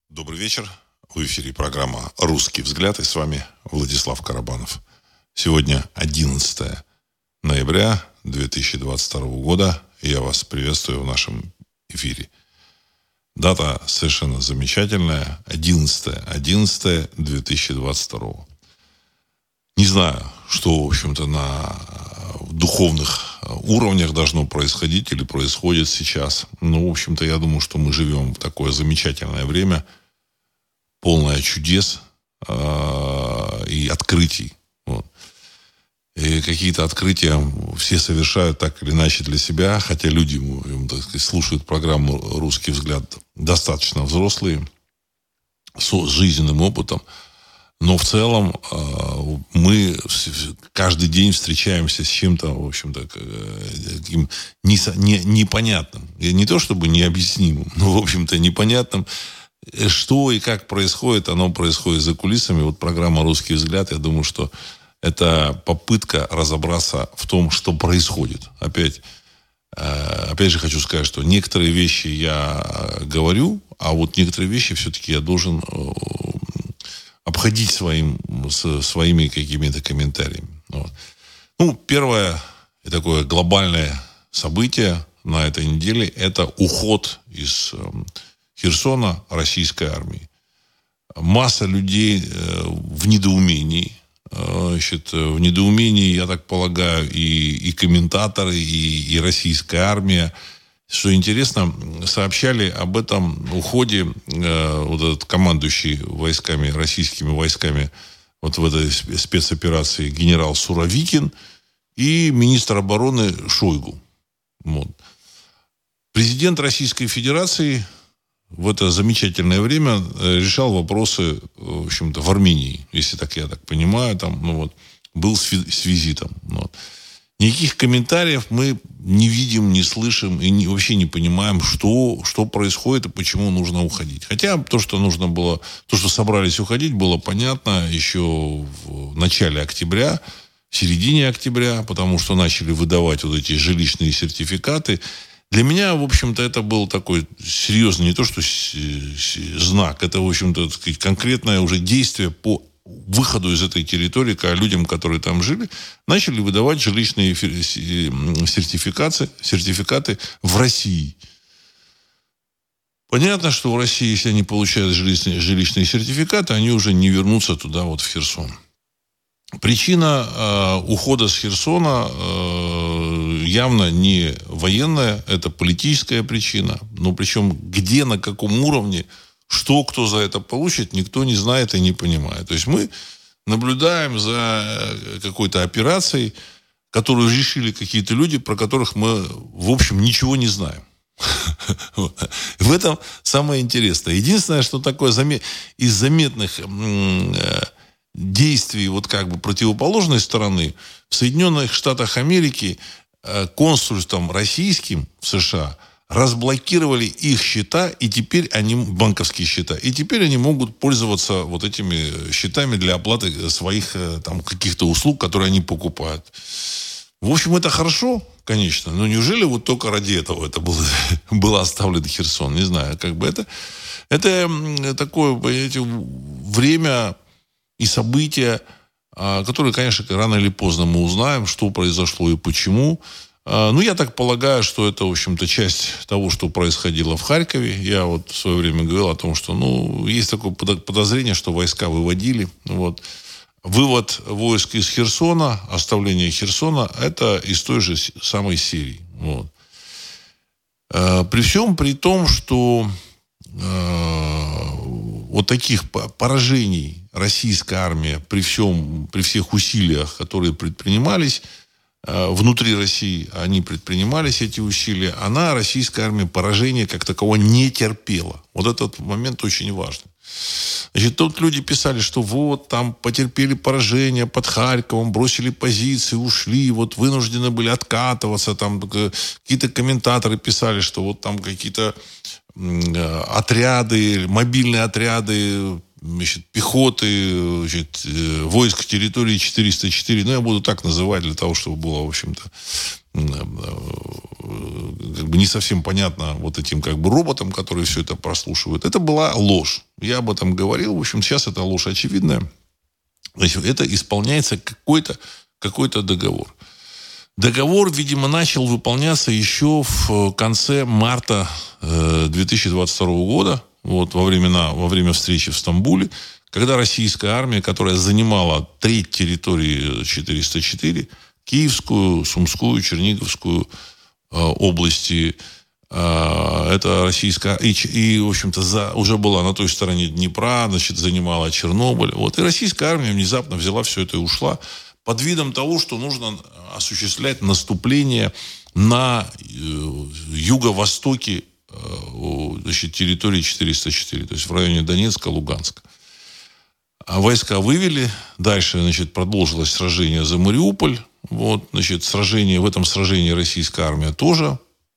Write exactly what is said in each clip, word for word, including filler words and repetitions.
Добрый вечер. В эфире программа «Русский взгляд». И с вами Владислав Карабанов. Сегодня одиннадцатое ноября две тысячи двадцать второго года. И я вас приветствую в нашем эфире. Дата совершенно замечательная. одиннадцатое одиннадцатое две тысячи двадцать второго. Не знаю, что, в общем-то, на духовных уровнях должно происходить или происходит сейчас. Но, в общем-то, я думаю, что мы живем в такое замечательное время, полное чудес э, и открытий. Вот. И какие-то открытия все совершают так или иначе для себя, хотя люди, так сказать, слушают программу «Русский взгляд» достаточно взрослые, с жизненным опытом. Но в целом э, мы каждый день встречаемся с чем-то, в общем-то, таким не, не, непонятным. И не то чтобы необъяснимым, но, в общем-то, непонятным. Что и как происходит, оно происходит за кулисами. Вот программа «Русский взгляд», я думаю, что это попытка разобраться в том, что происходит. Опять, опять же хочу сказать, что некоторые вещи я говорю, а вот некоторые вещи все-таки я должен обходить своим, своими какими-то комментариями. Вот. Ну, первое и такое глобальное событие на этой неделе – это уход из Херсона российской армии. Масса людей э, в недоумении. Э, значит, в недоумении, я так полагаю, и, и комментаторы, и, и российская армия. Что интересно, сообщали об этом уходе э, вот этот командующий войсками, российскими войсками вот в этой спецоперации генерал Суровикин и министр обороны Шойгу. Вот. Президент Российской Федерации в это замечательное время решал вопросы, в общем-то, в Армении, если так я так понимаю, там, ну вот, был с, с визитом. Вот. Никаких комментариев мы не видим, не слышим и не, вообще не понимаем, что, что происходит и почему нужно уходить. Хотя то, что нужно было, то, что собрались уходить, было понятно еще в начале октября, в середине октября, потому что начали выдавать вот эти жилищные сертификаты. Для меня, в общем-то, это был такой серьезный, не то что знак, это, в общем-то, так сказать, конкретное уже действие по выходу из этой территории, когда людям, которые там жили, начали выдавать жилищные сертификаты, сертификаты в России. Понятно, что в России, если они получают жилищные, жилищные сертификаты, они уже не вернутся туда, вот в Херсон. Причина э, ухода с Херсона э, явно не военная, это политическая причина. Но причем где, на каком уровне, что кто за это получит, никто не знает и не понимает. То есть мы наблюдаем за какой-то операцией, которую решили какие-то люди, про которых мы, в общем, ничего не знаем. В этом самое интересное. Единственное, что такое из заметных действий вот как бы противоположной стороны, в Соединенных Штатах Америки консульством российским в США разблокировали их счета, и теперь они, банковские счета, и теперь они могут пользоваться вот этими счетами для оплаты своих там каких-то услуг, которые они покупают. В общем, это хорошо, конечно, но неужели вот только ради этого это было, было оставлен Херсон? Не знаю, как бы это, это такое, понимаете, время и события, которые, конечно, рано или поздно мы узнаем, что произошло и почему. Ну, я так полагаю, что это, в общем-то, часть того, что происходило в Харькове. Я вот в свое время говорил о том, что, ну, есть такое подозрение, что войска выводили. Вот. Вывод войск из Херсона, оставление Херсона, это из той же самой серии. Вот. При всем при том, что вот таких поражений российская армия при всем, при всех усилиях, которые предпринимались внутри России, они предпринимались, эти усилия, она, российская армия, поражения как такового не терпела. Вот этот момент очень важный. Значит, тут люди писали, что вот там потерпели поражение под Харьковом, бросили позиции, ушли, вот вынуждены были откатываться, там какие-то комментаторы писали, что вот там какие-то отряды, мобильные отряды, значит, пехоты, значит, войск территории четыреста четыре, ну, я буду так называть для того, чтобы было, в общем-то, как бы не совсем понятно вот этим как бы роботам, которые все это прослушивают. Это была ложь. Я об этом говорил. В общем, сейчас это ложь очевидная. Значит, это исполняется какой-то, какой-то договор. Договор, видимо, начал выполняться еще в конце марта две тысячи двадцать второго года, вот, во, времена, во время встречи в Стамбуле, когда российская армия, которая занимала треть территории четыреста четыре, Киевскую, Сумскую, Черниговскую э, области, э, это российская... И, и в общем-то, за, уже была на той стороне Днепра, значит, занимала Чернобыль. Вот, и российская армия внезапно взяла все это и ушла под видом того, что нужно осуществлять наступление на э, юго-востоке э, значит, территории четыреста четыре, то есть в районе Донецка, Луганска. А войска вывели. Дальше, значит, продолжилось сражение за Мариуполь. Вот, значит, сражение, в этом сражении российская армия тоже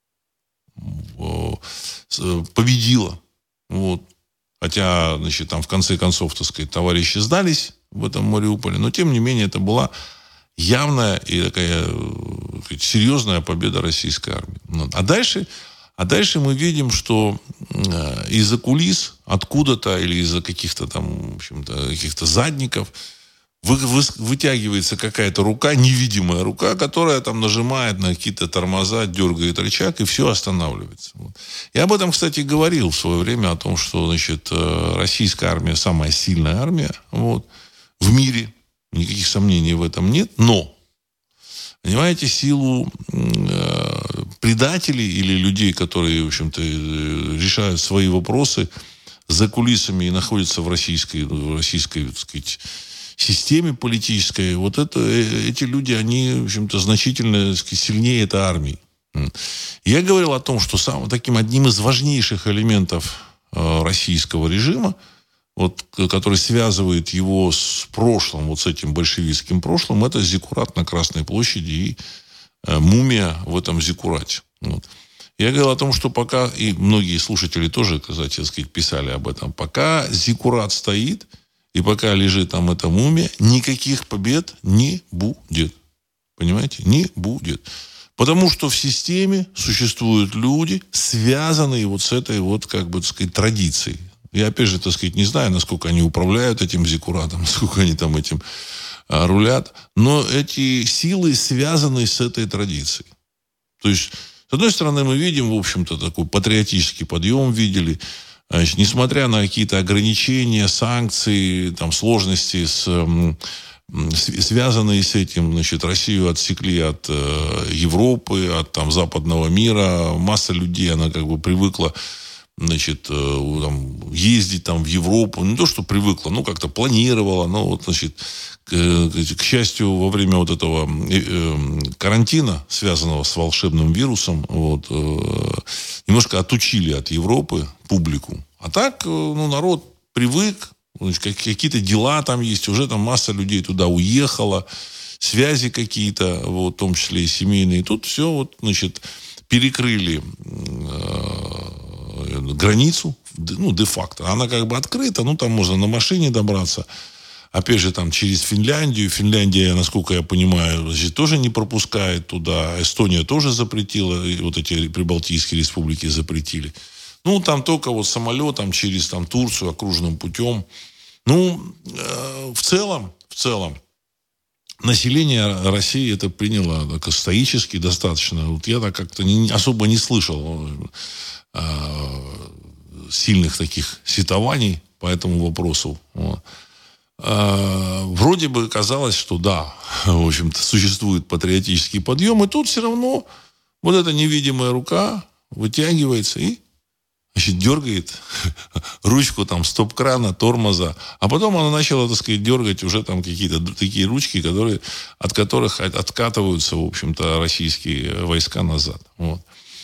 победила. Вот. Хотя, значит, там в конце концов, так сказать, товарищи сдались в этом Мариуполе. Но, тем не менее, это была явная и такая, так сказать, серьезная победа российской армии. Вот. А дальше... А дальше мы видим, что из-за кулис, откуда-то или из-за каких-то там, в общем-то, каких-то задников вы, вы, вытягивается какая-то рука, невидимая рука, которая там нажимает на какие-то тормоза, дергает рычаг, и все останавливается. Вот. Я об этом, кстати, говорил в свое время, о том, что, значит, российская армия самая сильная армия вот, в мире. Никаких сомнений в этом нет. Но, понимаете, силу э, предателей или людей, которые, в общем-то, решают свои вопросы за кулисами и находятся в российской, в российской, так сказать, системе политической, вот это, эти люди, они, в общем-то, значительно, так сказать, сильнее этой армии. Я говорил о том, что самым таким одним из важнейших элементов э, российского режима, вот, который связывает его с прошлым, вот с этим большевистским прошлым, это зиккурат на Красной площади и э, мумия в этом зиккурате. Вот. Я говорил о том, что пока, и многие слушатели тоже, кстати, так сказать, писали об этом, пока зиккурат стоит, и пока лежит там эта мумия, никаких побед не будет. Понимаете? Не будет. Потому что в системе существуют люди, связанные вот с этой вот, как бы, так сказать, традицией. Я, опять же, так сказать, не знаю, насколько они управляют этим зиккуратом, насколько они там этим а, рулят. Но эти силы связаны с этой традицией. То есть, с одной стороны, мы видим, в общем-то, такой патриотический подъем видели. Значит, несмотря на какие-то ограничения, санкции, там, сложности, с, с, связанные с этим, значит, Россию отсекли от э, Европы, от там, западного мира. Масса людей, она как бы привыкла, значит, э, там, ездить там, в Европу. Не то, что привыкла, но как-то планировала. Но, вот, значит, к, к счастью, во время вот этого э, э, карантина, связанного с волшебным вирусом, вот, э, немножко отучили от Европы публику. А так, ну, народ привык, какие-то дела там есть, уже там масса людей туда уехала, связи какие-то, вот, в том числе и семейные. И тут все, вот, значит, перекрыли э, границу, ну, де-факто. Она как бы открыта, ну, там можно на машине добраться. Опять же, там, через Финляндию. Финляндия, насколько я понимаю, значит, тоже не пропускает туда. Эстония тоже запретила. И вот эти прибалтийские республики запретили. Ну, там только вот самолетом через там, Турцию окружным путем. Ну, э, в целом, в целом, население России это приняло так, стоически достаточно. Вот я так как-то не, особо не слышал э, сильных таких сетований по этому вопросу. Вот. Вроде бы казалось, что да, в общем-то, существует патриотический подъем, и тут все равно вот эта невидимая рука вытягивается и, значит, дергает ручку там стоп-крана, тормоза, а потом она начала, так сказать, дергать уже там какие-то такие ручки, которые, от которых откатываются, в общем-то, российские войска назад. Вот.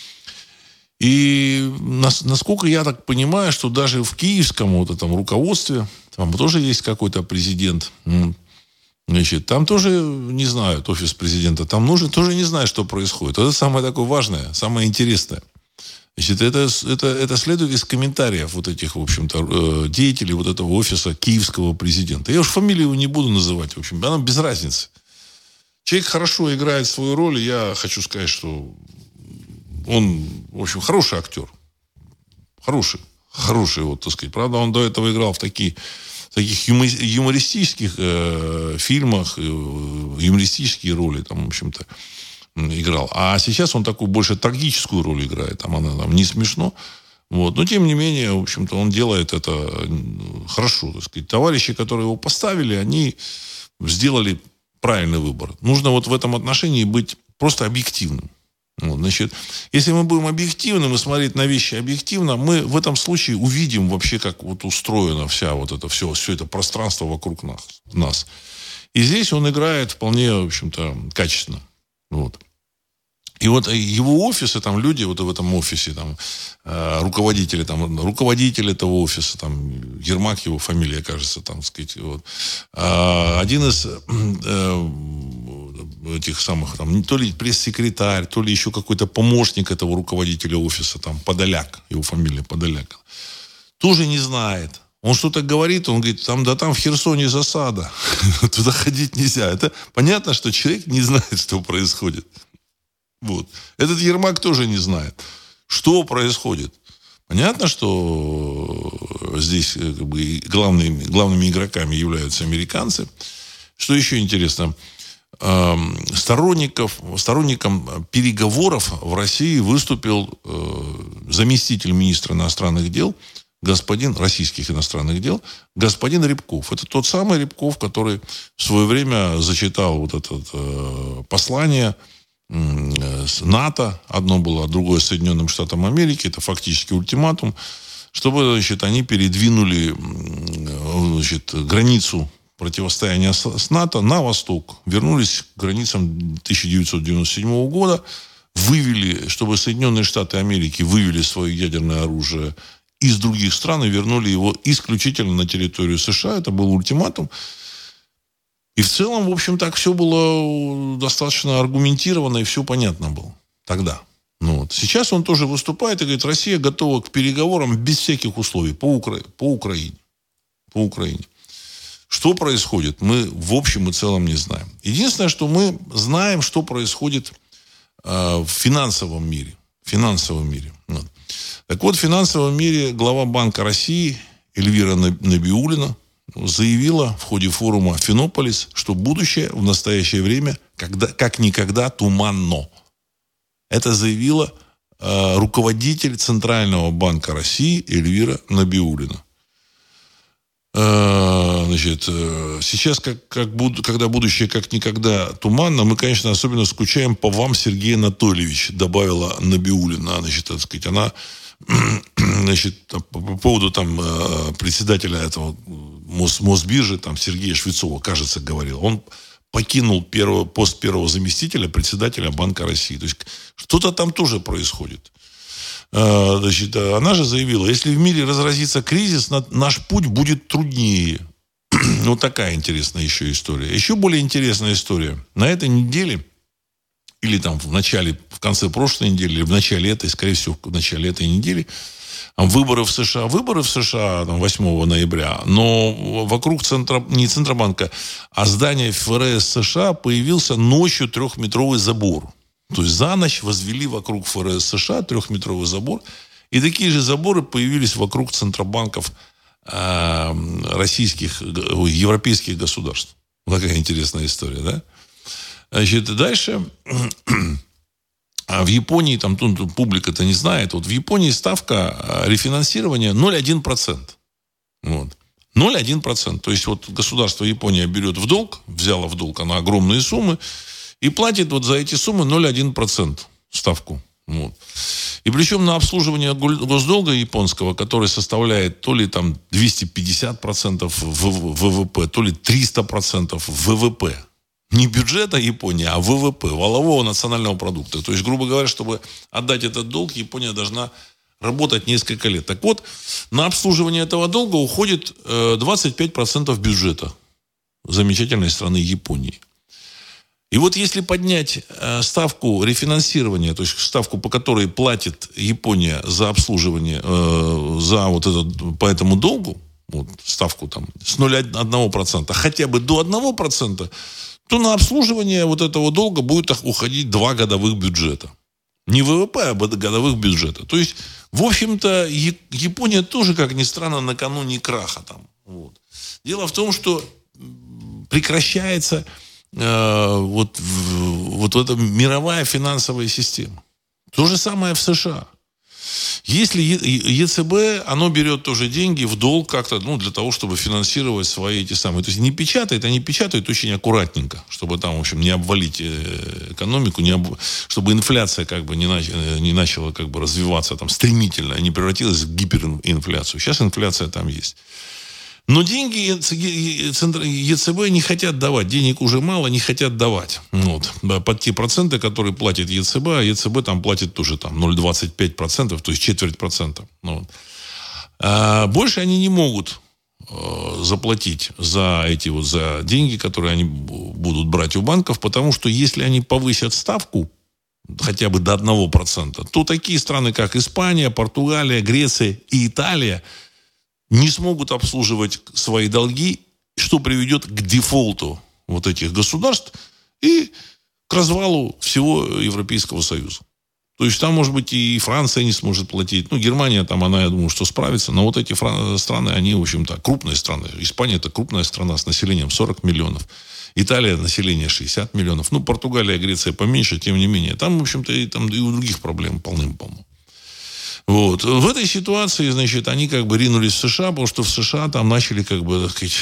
И насколько я так понимаю, что даже в киевском вот этом руководстве там тоже есть какой-то президент. Значит, там тоже не знают офис президента. Там нужно, тоже не знают, что происходит. Это самое такое важное, самое интересное. Значит, это, это, это следует из комментариев вот этих, в общем-то, деятелей вот этого офиса киевского президента. Я уж фамилию его не буду называть. В общем, она без разницы. Человек хорошо играет свою роль. И я хочу сказать, что он, в общем, хороший актер. Хороший. Хороший, вот, так сказать. Правда, он до этого играл в такие, таких юмористических э, фильмах, э, юмористические роли, там, в общем-то, играл. А сейчас он такую больше трагическую роль играет. Там она там не смешно. Вот. Но, тем не менее, в общем-то, он делает это хорошо. Так сказать. Товарищи, которые его поставили, они сделали правильный выбор. Нужно вот в этом отношении быть просто объективным. Вот, значит, если мы будем объективным и смотреть на вещи объективно, мы в этом случае увидим вообще, как вот устроено вся вот это все, все это пространство вокруг нас, нас. И здесь он играет вполне, в общем-то, качественно. Вот. И вот его офисы, там люди вот в этом офисе, там, э, руководители, там, руководитель этого офиса, там, Ермак его фамилия, кажется, там, сказать, вот. Э, один из э, этих самых, там, то ли пресс-секретарь, то ли еще какой-то помощник этого руководителя офиса, там, Подоляк, его фамилия Подоляк, тоже не знает. Он что-то говорит, он говорит, там, да там в Херсоне засада, туда ходить нельзя. Это понятно, что человек не знает, что происходит. Вот. Этот Ермак тоже не знает, что происходит. Понятно, что здесь как бы, главными, главными игроками являются американцы. Что еще интересно, сторонников, сторонником переговоров в России выступил заместитель министра иностранных дел, господин российских иностранных дел, господин Рябков. Это тот самый Рябков, который в свое время зачитал вот это послание с НАТО, одно было, а другое Соединенным Штатам Америки, это фактически ультиматум, чтобы, значит, они передвинули, значит, границу противостояния с НАТО на восток, вернулись к границам тысяча девятьсот девяносто седьмого года, вывели, чтобы Соединенные Штаты Америки вывели свое ядерное оружие из других стран и вернули его исключительно на территорию США. Это был ультиматум. И в целом, в общем, так все было достаточно аргументировано и все понятно было тогда. Ну, вот. Сейчас он тоже выступает и говорит, Россия готова к переговорам без всяких условий по, Укра... по Украине. По Украине. Что происходит, мы в общем и целом не знаем. Единственное, что мы знаем, что происходит э, в финансовом мире. В финансовом мире. Вот. Так вот, в финансовом мире глава Банка России Эльвира Набиуллина заявила в ходе форума «Финополис», что будущее в настоящее время когда, как никогда туманно. Это заявила э, руководитель Центрального банка России Эльвира Набиуллина. Э, значит, э, сейчас, как, как буд, когда будущее как никогда туманно, мы, конечно, особенно скучаем по вам, Сергей Анатольевич, добавила Набиуллина. Значит, так сказать, она... Значит, по поводу там председателя этого Мос, Мосбиржи, там Сергея Швецова, кажется, говорил. Он покинул первого, пост первого заместителя председателя Банка России. То есть что-то там тоже происходит. Значит, она же заявила, если в мире разразится кризис, наш путь будет труднее. Вот такая интересная еще история. Еще более интересная история. На этой неделе или там в начале, в конце прошлой недели, или в начале этой, скорее всего, в начале этой недели, выборы в США, выборы в США там, восьмого ноября, но вокруг центра, не Центробанка, а здания ФРС США появился ночью трехметровый забор. То есть за ночь возвели вокруг ФРС США трехметровый забор, и такие же заборы появились вокруг центробанков э, российских, европейских государств. Вот такая интересная история, да? Значит, дальше в Японии, там тут публика-то не знает, вот в Японии ставка рефинансирования ноль целых одна десятая процента. Вот. ноль целых одна десятая процента. То есть вот государство Япония берет в долг, взяло в долг она огромные суммы, и платит вот за эти суммы ноль целых одна десятая процента ставку. Вот. И причем на обслуживание госдолга японского, который составляет то ли там двести пятьдесят процентов ВВП, то ли триста процентов ВВП. Не бюджета Японии, а ВВП, валового национального продукта. То есть, грубо говоря, чтобы отдать этот долг, Япония должна работать несколько лет. Так вот, на обслуживание этого долга уходит двадцать пять процентов бюджета замечательной страны Японии. И вот если поднять ставку рефинансирования, то есть ставку, по которой платит Япония за обслуживание, за вот этот, по этому долгу, вот, ставку там с ноль целых одна десятая процента, хотя бы до одного процента, то на обслуживание вот этого долга будет уходить два годовых бюджета. Не ВВП, а годовых бюджета. То есть, в общем-то, Япония тоже, как ни странно, накануне краха там. Вот. Дело в том, что прекращается э, вот, вот эта мировая финансовая система. То же самое в США. Если ЕЦБ, оно берет тоже деньги в долг как-то, ну, для того, чтобы финансировать свои эти самые. То есть не печатает, они печатают очень аккуратненько, чтобы там, в общем, не обвалить экономику, не об... чтобы инфляция как бы не, нач... не начала как бы развиваться там стремительно, не превратилась в гиперинфляцию. Сейчас инфляция там есть. Но деньги ЕЦБ не хотят давать. Денег уже мало, не хотят давать. Вот. Под те проценты, которые платит ЕЦБ, а ЕЦБ там платит тоже там, ноль целых двадцать пять сотых процента, то есть четверть процента. Вот. А больше они не могут э, заплатить за эти вот за деньги, которые они будут брать у банков, потому что если они повысят ставку хотя бы до одного процента, то такие страны, как Испания, Португалия, Греция и Италия не смогут обслуживать свои долги, что приведет к дефолту вот этих государств и к развалу всего Европейского Союза. То есть там, может быть, и Франция не сможет платить. Ну, Германия там, она, я думаю, что справится. Но вот эти страны, они, в общем-то, крупные страны. Испания – это крупная страна с населением сорок миллионов. Италия – население шестьдесят миллионов. Ну, Португалия, Греция поменьше, тем не менее. Там, в общем-то, и, там, и у других проблем полным-полно. Вот. В этой ситуации, значит, они как бы ринулись в США, потому что в США там начали, как бы, так сказать,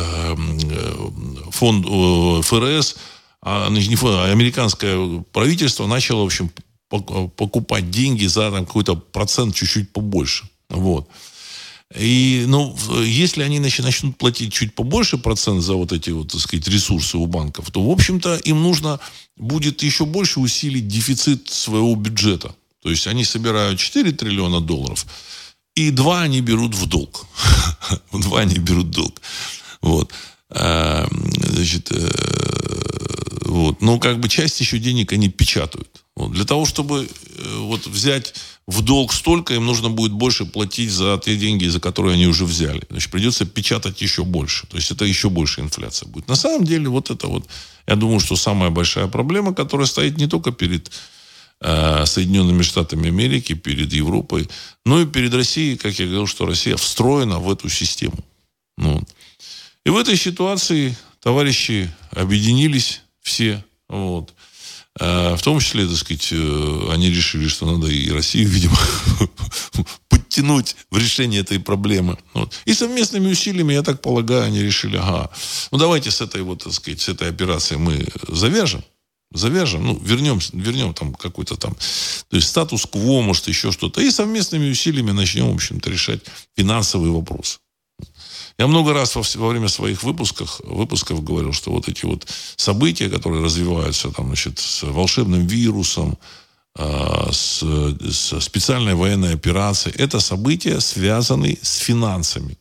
фонд ФРС, а, не фонд, а американское правительство начало, в общем, покупать деньги за там, какой-то процент чуть-чуть побольше. Вот. И, ну, если они начнут платить чуть побольше процент за вот эти вот, так сказать, ресурсы у банков, то, в общем-то, им нужно будет еще больше усилить дефицит своего бюджета. То есть они собирают четыре триллиона долларов, и два они берут в долг. Два они берут в долг. Вот. Значит, вот. Но как бы часть еще денег они печатают. Вот. Для того, чтобы вот, взять в долг столько, им нужно будет больше платить за те деньги, за которые они уже взяли. Значит, придется печатать еще больше. То есть это еще больше инфляция будет. На самом деле, вот это вот, я думаю, что самая большая проблема, которая стоит не только перед Соединенными Штатами Америки, перед Европой, но и перед Россией, как я говорил, что Россия встроена в эту систему. Ну. И в этой ситуации товарищи объединились все, вот. В том числе, так сказать, они решили, что надо и Россию, видимо, подтянуть в решение этой проблемы. Вот. И совместными усилиями, я так полагаю, они решили, ага, ну давайте с этой вот, так сказать, с этой операцией мы завяжем. Завяжем, ну, вернем, вернем там какой-то там, то есть статус-кво, может, еще что-то. И совместными усилиями начнем, в общем-то, решать финансовые вопросы. Я много раз во, во время своих выпусков, выпусков говорил, что вот эти вот события, которые развиваются там, значит, с волшебным вирусом, э, с, с специальной военной операцией, это события, связанные с финансами.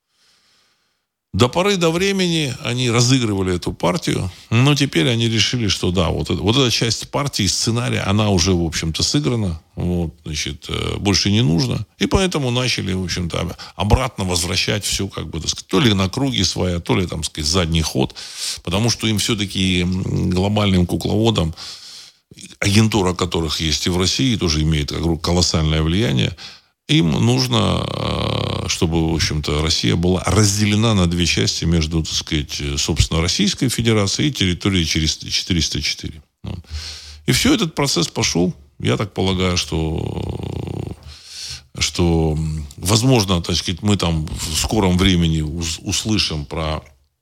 До поры до времени они разыгрывали эту партию, но теперь они решили, что да, вот, это, вот эта часть партии, сценария, она уже, в общем-то, сыграна, вот, значит, больше не нужно. И поэтому начали, в общем-то, обратно возвращать все, как бы, так сказать, то ли на круги свои, то ли, там, сказать, задний ход, потому что им все-таки глобальным кукловодам, агентура которых есть и в России, тоже имеет колоссальное влияние, им нужно, чтобы, в общем-то, Россия была разделена на две части между, так сказать, собственно, Российской Федерацией и территорией через четыреста четыре. И все, этот процесс пошел. Я так полагаю, что, что возможно, так сказать, мы там в скором времени услышим про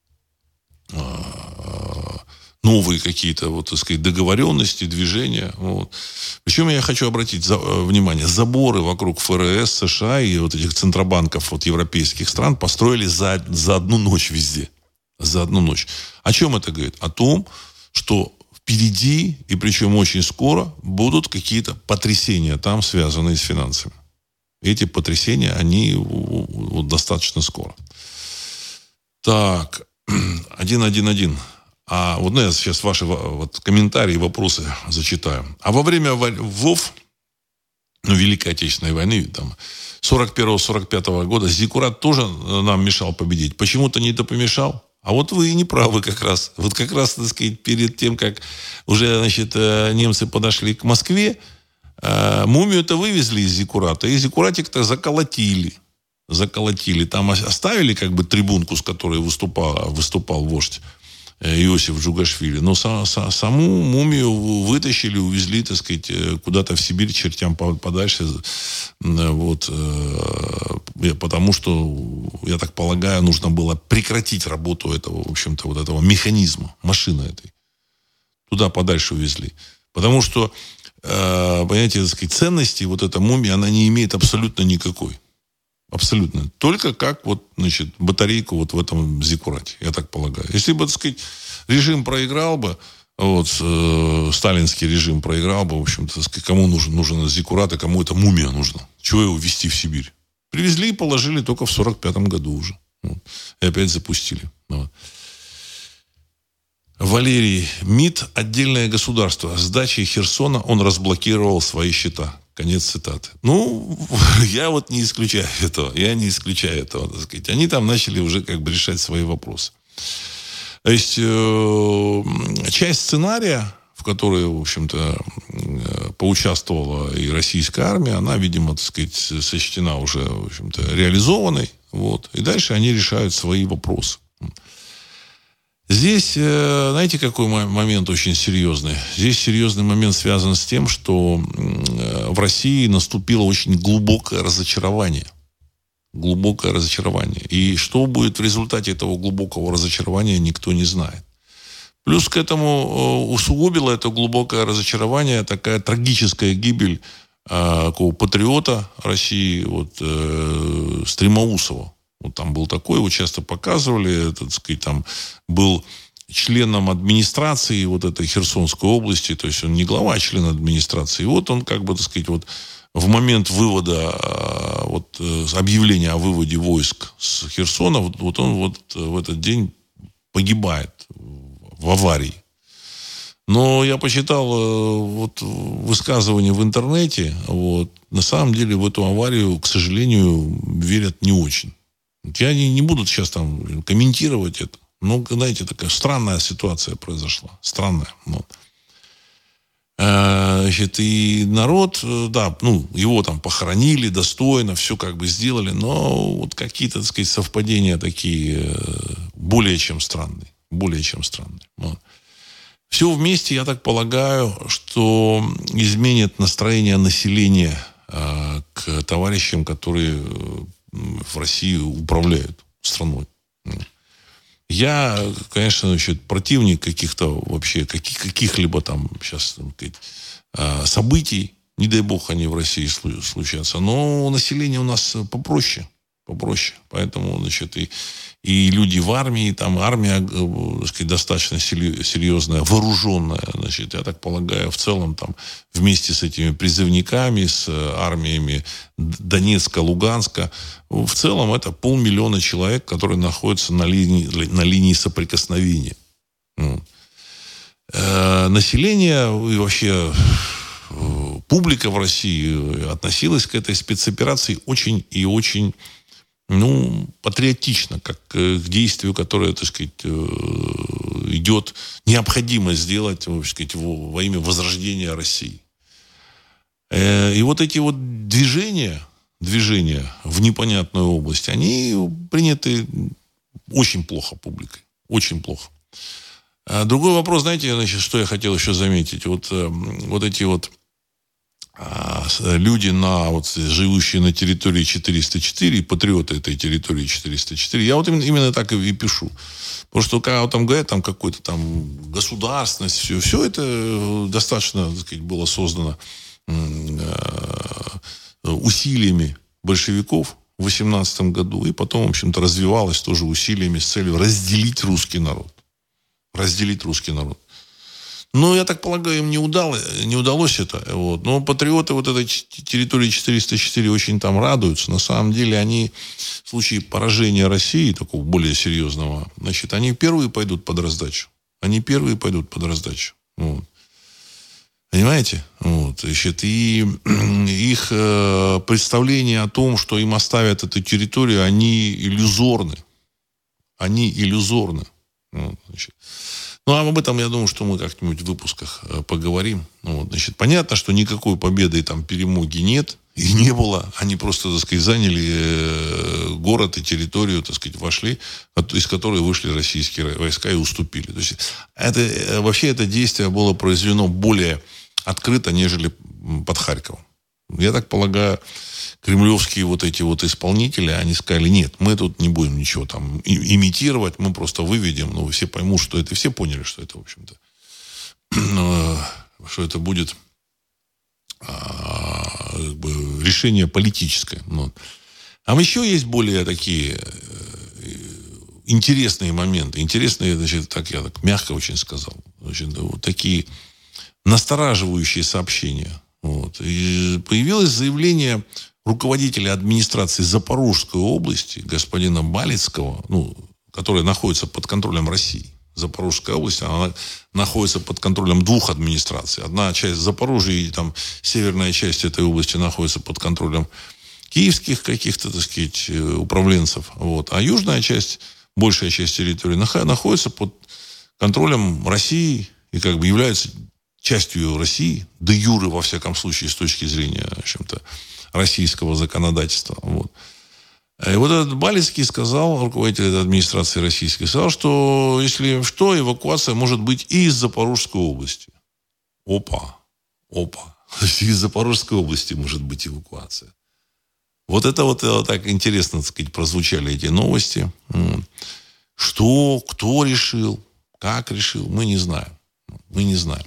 новые какие-то, вот, так сказать, договоренности, движения. Вот. Причем я хочу обратить за, внимание, заборы вокруг ФРС, США и вот этих центробанков вот, европейских стран построили за, за одну ночь везде. За одну ночь. О чем это говорит? О том, что впереди, и причем очень скоро, будут какие-то потрясения там, связанные с финансами. Эти потрясения, они вот, достаточно скоро. Так, один, один, один. А вот ну, я сейчас ваши вот, комментарии, вопросы зачитаю. А во время ВОВ, ну, Великой Отечественной войны, там, сорок первого сорок пятого года, Зиккурат тоже нам мешал победить. Почему-то не допомешал. А вот вы и не правы как раз. Вот как раз, так сказать, перед тем, как уже, значит, немцы подошли к Москве, Э, мумию-то вывезли из зиккурата, и зиккуратик-то заколотили. Заколотили. Там оставили как бы трибунку, с которой выступал, выступал вождь Иосиф Джугашвили. Но са, са, саму мумию вытащили, увезли, так сказать, куда-то в Сибирь, чертям подальше. Вот, потому что, я так полагаю, нужно было прекратить работу этого, в общем-то, вот этого механизма, машины этой. Туда подальше увезли. Потому что, понимаете, так сказать, ценности вот эта мумия, она не имеет абсолютно никакой. Абсолютно. Только как вот, значит, батарейку вот в этом зиккурате, я так полагаю. Если бы, так сказать, режим проиграл бы, вот, э, сталинский режим проиграл бы, в общем-то, так сказать, кому нужен, нужен зиккурат, а кому эта мумия нужна? Чего его везти в Сибирь? Привезли и положили только в сорок пятом году уже. Вот. И опять запустили. Вот. Валерий МИД, отдельное государство. С дачей Херсона он разблокировал свои счета. Конец цитаты. Ну, я вот не исключаю этого. Я не исключаю этого, так сказать. Они там начали уже как бы решать свои вопросы. То есть, э, часть сценария, в которой, в общем-то, э, поучаствовала и российская армия, она, видимо, так сказать, сочтена уже, в общем-то, реализованной. Вот. И дальше они решают свои вопросы. Здесь, знаете, какой момент очень серьезный? Здесь серьезный момент связан с тем, что в России наступило очень глубокое разочарование. Глубокое разочарование. И что будет в результате этого глубокого разочарования, никто не знает. Плюс к этому усугубило это глубокое разочарование такая трагическая гибель такого патриота России, вот, Стремоусова. Вот там был такой, его часто показывали, так сказать, там был членом администрации вот этой Херсонской области, то есть он не глава, а член администрации. И вот он, как бы, так сказать, вот в момент вывода, вот объявления о выводе войск с Херсона, вот, вот он вот в этот день погибает в аварии. Но я почитал вот высказывания в интернете, вот, на самом деле в эту аварию, к сожалению, верят не очень. Я не, не буду сейчас там комментировать это. Но, знаете, такая странная ситуация произошла. Странная. Вот. Значит, и народ, да, ну, его там похоронили достойно, все как бы сделали, но вот какие-то, так сказать, совпадения такие более чем странные. Более чем странные. Вот. Все вместе, я так полагаю, что изменит настроение населения э, к товарищам, которые в России управляют страной. Я, конечно, значит, противник каких-то вообще, каких, каких-либо там сейчас так сказать, событий, не дай бог они в России случатся, но население у нас попроще, попроще. Поэтому, значит, и, и люди в армии, там армия, так сказать, достаточно серьезная, вооруженная, значит, я так полагаю, в целом там вместе с этими призывниками, с армиями Донецка, Луганска, в целом это полмиллиона человек, которые находятся на линии, на линии соприкосновения. Ну. Э, население и вообще э, публика в России относилась к этой спецоперации очень и очень, ну, патриотично, как к действию, которое, так сказать, идет, необходимо сделать, так сказать, во имя возрождения России. И вот эти вот движения, движения в непонятную область, они приняты очень плохо публикой. Очень плохо. Другой вопрос, знаете, значит, что я хотел еще заметить. Вот, вот эти вот люди, на, вот, живущие на территории четыреста четыре, патриоты этой территории четыреста четыре, я вот именно, именно так и пишу. Потому что когда вот там говорят, там какой-то там государственность, все, все это достаточно, так сказать, было создано усилиями большевиков в восемнадцатом году, и потом, в общем-то, развивалось тоже усилиями с целью разделить русский народ. Разделить русский народ. Но, я так полагаю, им не удалось, не удалось это. Вот. Но патриоты вот этой территории четыреста четыре очень там радуются. На самом деле, они в случае поражения России, такого более серьезного, значит, они первые пойдут под раздачу. Они первые пойдут под раздачу. Вот. Понимаете? Вот. Значит, и их э, представления о том, что им оставят эту территорию, они иллюзорны. Они иллюзорны. Вот, значит. Ну, а об этом, я думаю, что мы как-нибудь в выпусках поговорим. Ну, вот, значит, понятно, что никакой победы там перемоги нет. И не было. Они просто, так сказать, заняли город и территорию, так сказать, вошли, из которой вышли российские войска и уступили. То есть это, вообще это действие было произведено более открыто, нежели под Харьковом. Я так полагаю, кремлевские вот эти вот исполнители, они сказали, нет, мы тут не будем ничего там имитировать, мы просто выведем, ну, все поймут, что это, все поняли, что это, в общем-то, что это будет как бы решение политическое. Ну. А еще есть более такие интересные моменты. Интересные, значит, так я так мягко очень сказал. Значит, вот такие настораживающие сообщения. Вот. И появилось заявление руководителя администрации Запорожской области, господина Балицкого, ну, который находится под контролем России. Запорожская область, она находится под контролем двух администраций. Одна часть Запорожья и там северная часть этой области находится под контролем киевских каких-то, так сказать, управленцев. Вот. А южная часть, большая часть территории находится под контролем России и как бы является частью России, де юре, во всяком случае, с точки зрения, в общем-то, российского законодательства. Вот. И вот этот Балицкий сказал, руководитель этой администрации российской, сказал, что если что, эвакуация может быть и из Запорожской области. Опа, опа. Из Запорожской области может быть эвакуация. Вот это вот, вот так интересно, так сказать, прозвучали эти новости. Что, кто решил, как решил, мы не знаем. Мы не знаем.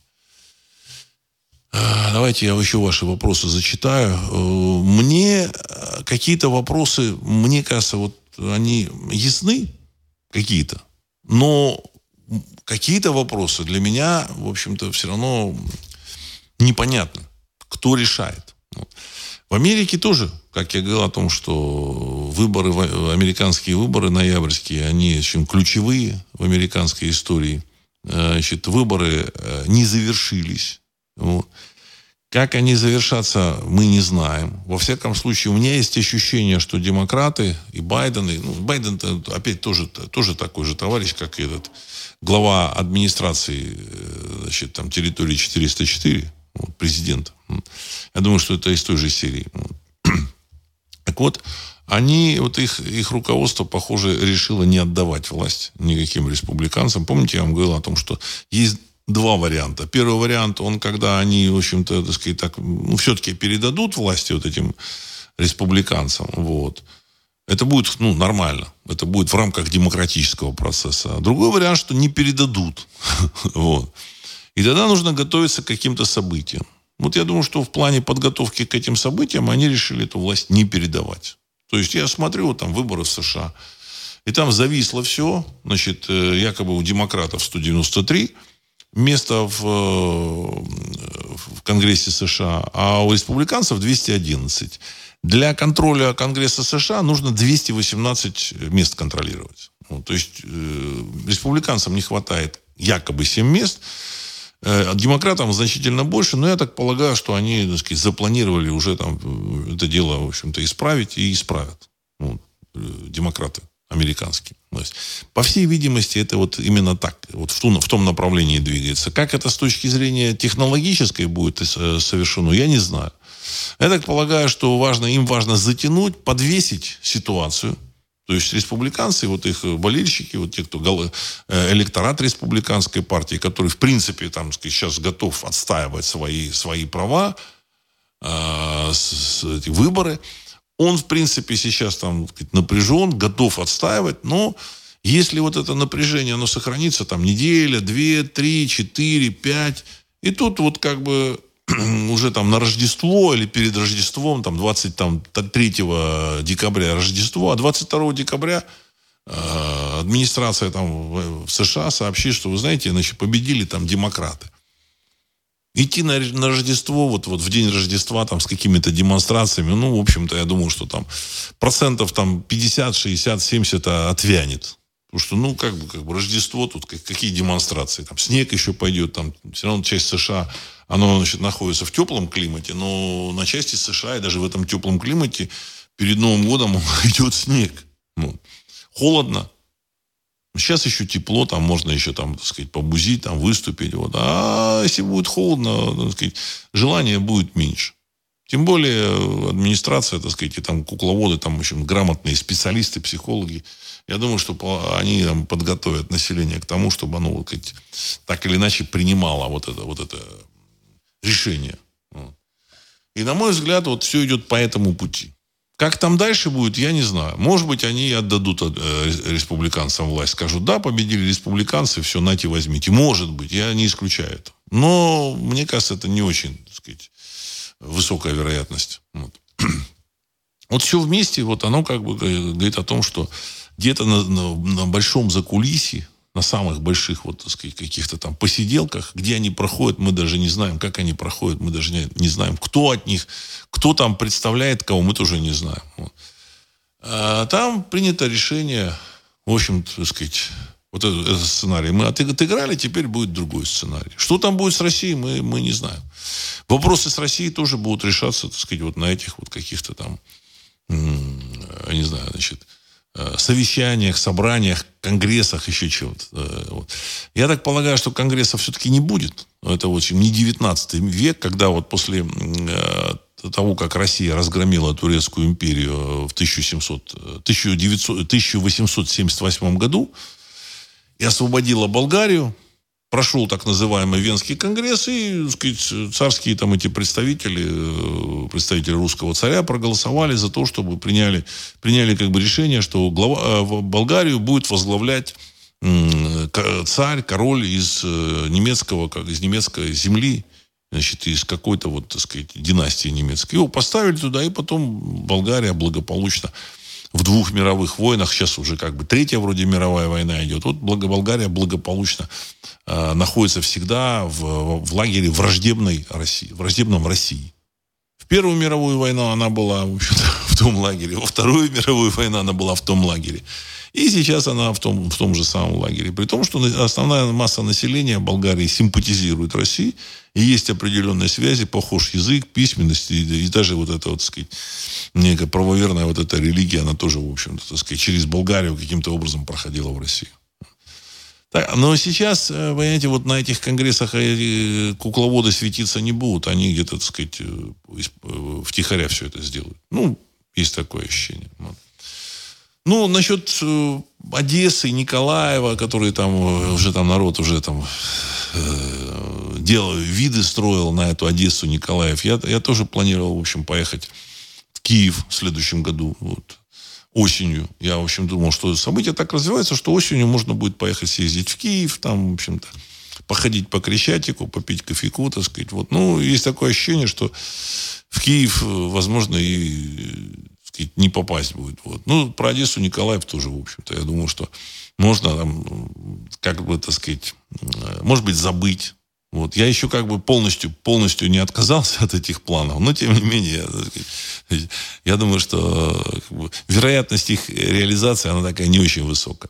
Давайте я еще ваши вопросы зачитаю. Мне какие-то вопросы, мне кажется, вот они ясны, какие-то. Но какие-то вопросы для меня, в общем-то, все равно непонятно, кто решает. В Америке тоже, как я говорил о том, что выборы, американские выборы ноябрьские, они очень ключевые в американской истории. Значит, выборы не завершились. Вот. Как они завершатся, мы не знаем. Во всяком случае, у меня есть ощущение, что демократы и Байден, и, ну, Байден опять тоже, тоже такой же товарищ, как этот глава администрации, значит, там, территории четыреста четыре, вот, президент. Я думаю, что это из той же серии. Так вот, они, вот их, их руководство, похоже, решило не отдавать власть никаким республиканцам. Помните, я вам говорил о том, что есть два варианта. Первый вариант, он, когда они, в общем-то, так сказать, так, ну, все-таки передадут власти вот этим республиканцам, вот, это будет, ну, нормально. Это будет в рамках демократического процесса. Другой вариант, что не передадут. Вот. И тогда нужно готовиться к каким-то событиям. Вот я думаю, что в плане подготовки к этим событиям они решили эту власть не передавать. То есть я смотрю, вот там выборы в США, и там зависло все. Значит, якобы у демократов сто девяносто три места в, в Конгрессе США, а у республиканцев двести одиннадцать. Для контроля Конгресса США нужно двести восемнадцать мест контролировать. Ну, то есть э, республиканцам не хватает якобы семь мест, э, демократам значительно больше, но я так полагаю, что они, так сказать, запланировали уже там это дело, в общем-то, исправить и исправят. Ну, э, демократы американские. То есть, по всей видимости, это вот именно так, вот в, ту, в том направлении двигается. Как это с точки зрения технологической будет совершено, я не знаю. Я так полагаю, что важно, им важно затянуть, подвесить ситуацию. То есть республиканцы, вот их болельщики, вот те, кто электорат республиканской партии, который, в принципе, там, сказать, сейчас готов отстаивать свои, свои права, э, с, с, эти выборы, он, в принципе, сейчас там, сказать, напряжен, готов отстаивать, но если вот это напряжение, оно сохранится там неделя, две, три, четыре, пять, и тут вот как бы уже там на Рождество или перед Рождеством, там двадцать третьего декабря Рождество, а двадцать второго декабря э, администрация там в, в США сообщит, что, вы знаете, значит, победили там демократы. Идти на, на Рождество, вот, вот в день Рождества там с какими-то демонстрациями, ну, в общем-то, я думаю, что там процентов там пятьдесят, шестьдесят, семьдесят отвянет. Потому что, ну, как бы, как бы Рождество, тут какие демонстрации? Там снег еще пойдет, там все равно часть США, оно, значит, находится в теплом климате, но на части США и даже в этом теплом климате перед Новым годом идет снег. Ну, холодно. Сейчас еще тепло, там можно еще, там, так сказать, побузить, там, выступить. Вот. А если будет холодно, так сказать, желания будет меньше. Тем более администрация, так сказать, и там кукловоды, там, в общем, грамотные специалисты, психологи. Я думаю, что они там подготовят население к тому, чтобы оно, вот, сказать, так или иначе принимало вот это, вот это решение. И, на мой взгляд, вот все идет по этому пути. Как там дальше будет, я не знаю. Может быть, они отдадут республиканцам власть. Скажут, да, победили республиканцы, все, нате, возьмите. Может быть, я не исключаю это. Но, мне кажется, это не очень, так сказать, высокая вероятность. Вот. Вот все вместе, вот оно как бы говорит о том, что где-то на, на, на большом закулисье, на самых больших, вот, так сказать, каких-то там посиделках, где они проходят, мы даже не знаем, как они проходят, мы даже не, не знаем, кто от них, кто там представляет кого, мы тоже не знаем. Вот. А там принято решение, в общем, так сказать, вот этот, этот сценарий мы отыграли, теперь будет другой сценарий. Что там будет с Россией, мы, мы не знаем. Вопросы с Россией тоже будут решаться, так сказать, вот на этих вот каких-то там, я не знаю, значит, совещаниях, собраниях, конгрессах, еще чего-то. Вот. Я так полагаю, что конгресса все-таки не будет. Это, в общем, не девятнадцатый век, когда вот после того, как Россия разгромила Турецкую империю в тысяча восемьсот семьдесят восьмом году и освободила Болгарию, прошел так называемый Венский конгресс, и, так сказать, царские там эти представители, представители русского царя проголосовали за то, чтобы приняли, приняли как бы решение, что глава, Болгарию будет возглавлять царь, король из немецкого, как из немецкой земли, значит, из какой-то вот, так сказать, династии немецкой. Его поставили туда, и потом Болгария благополучно в двух мировых войнах, сейчас уже как бы третья вроде мировая война идет, вот Болгария благополучно э, находится всегда в, в лагере враждебной России, враждебном России. В Первую мировую войну она была, в общем-то, в том лагере, во Вторую мировую войну она была в том лагере. И сейчас она в том, в том же самом лагере. При том, что основная масса населения Болгарии симпатизирует России, и есть определенные связи, похож язык, письменность, и, и даже вот эта, вот, так сказать, некая правоверная вот эта религия, она тоже, в общем-то, так сказать, через Болгарию каким-то образом проходила в Россию. Так, но сейчас, понимаете, вот на этих конгрессах кукловоды светиться не будут, они где-то, так сказать, втихаря все это сделают. Ну, есть такое ощущение. Ну, насчет э, Одессы, Николаева, которые там э, уже там народ уже там э, делал, виды строил на эту Одессу, Николаев. Я, я тоже планировал, в общем, поехать в Киев в следующем году, вот, осенью. Я, в общем, думал, что события так развиваются, что осенью можно будет поехать съездить в Киев, там, в общем-то, походить по Крещатику, попить кофейку, так сказать. Вот. Ну, есть такое ощущение, что в Киев, возможно, и не попасть будет. Вот. Ну, про Одессу, Николаев тоже, в общем-то, я думаю, что можно там, как бы, так сказать, может быть, забыть. Вот. Я еще как бы полностью, полностью не отказался от этих планов, но, тем не менее, я, так сказать, я думаю, что как бы, вероятность их реализации, она такая не очень высокая.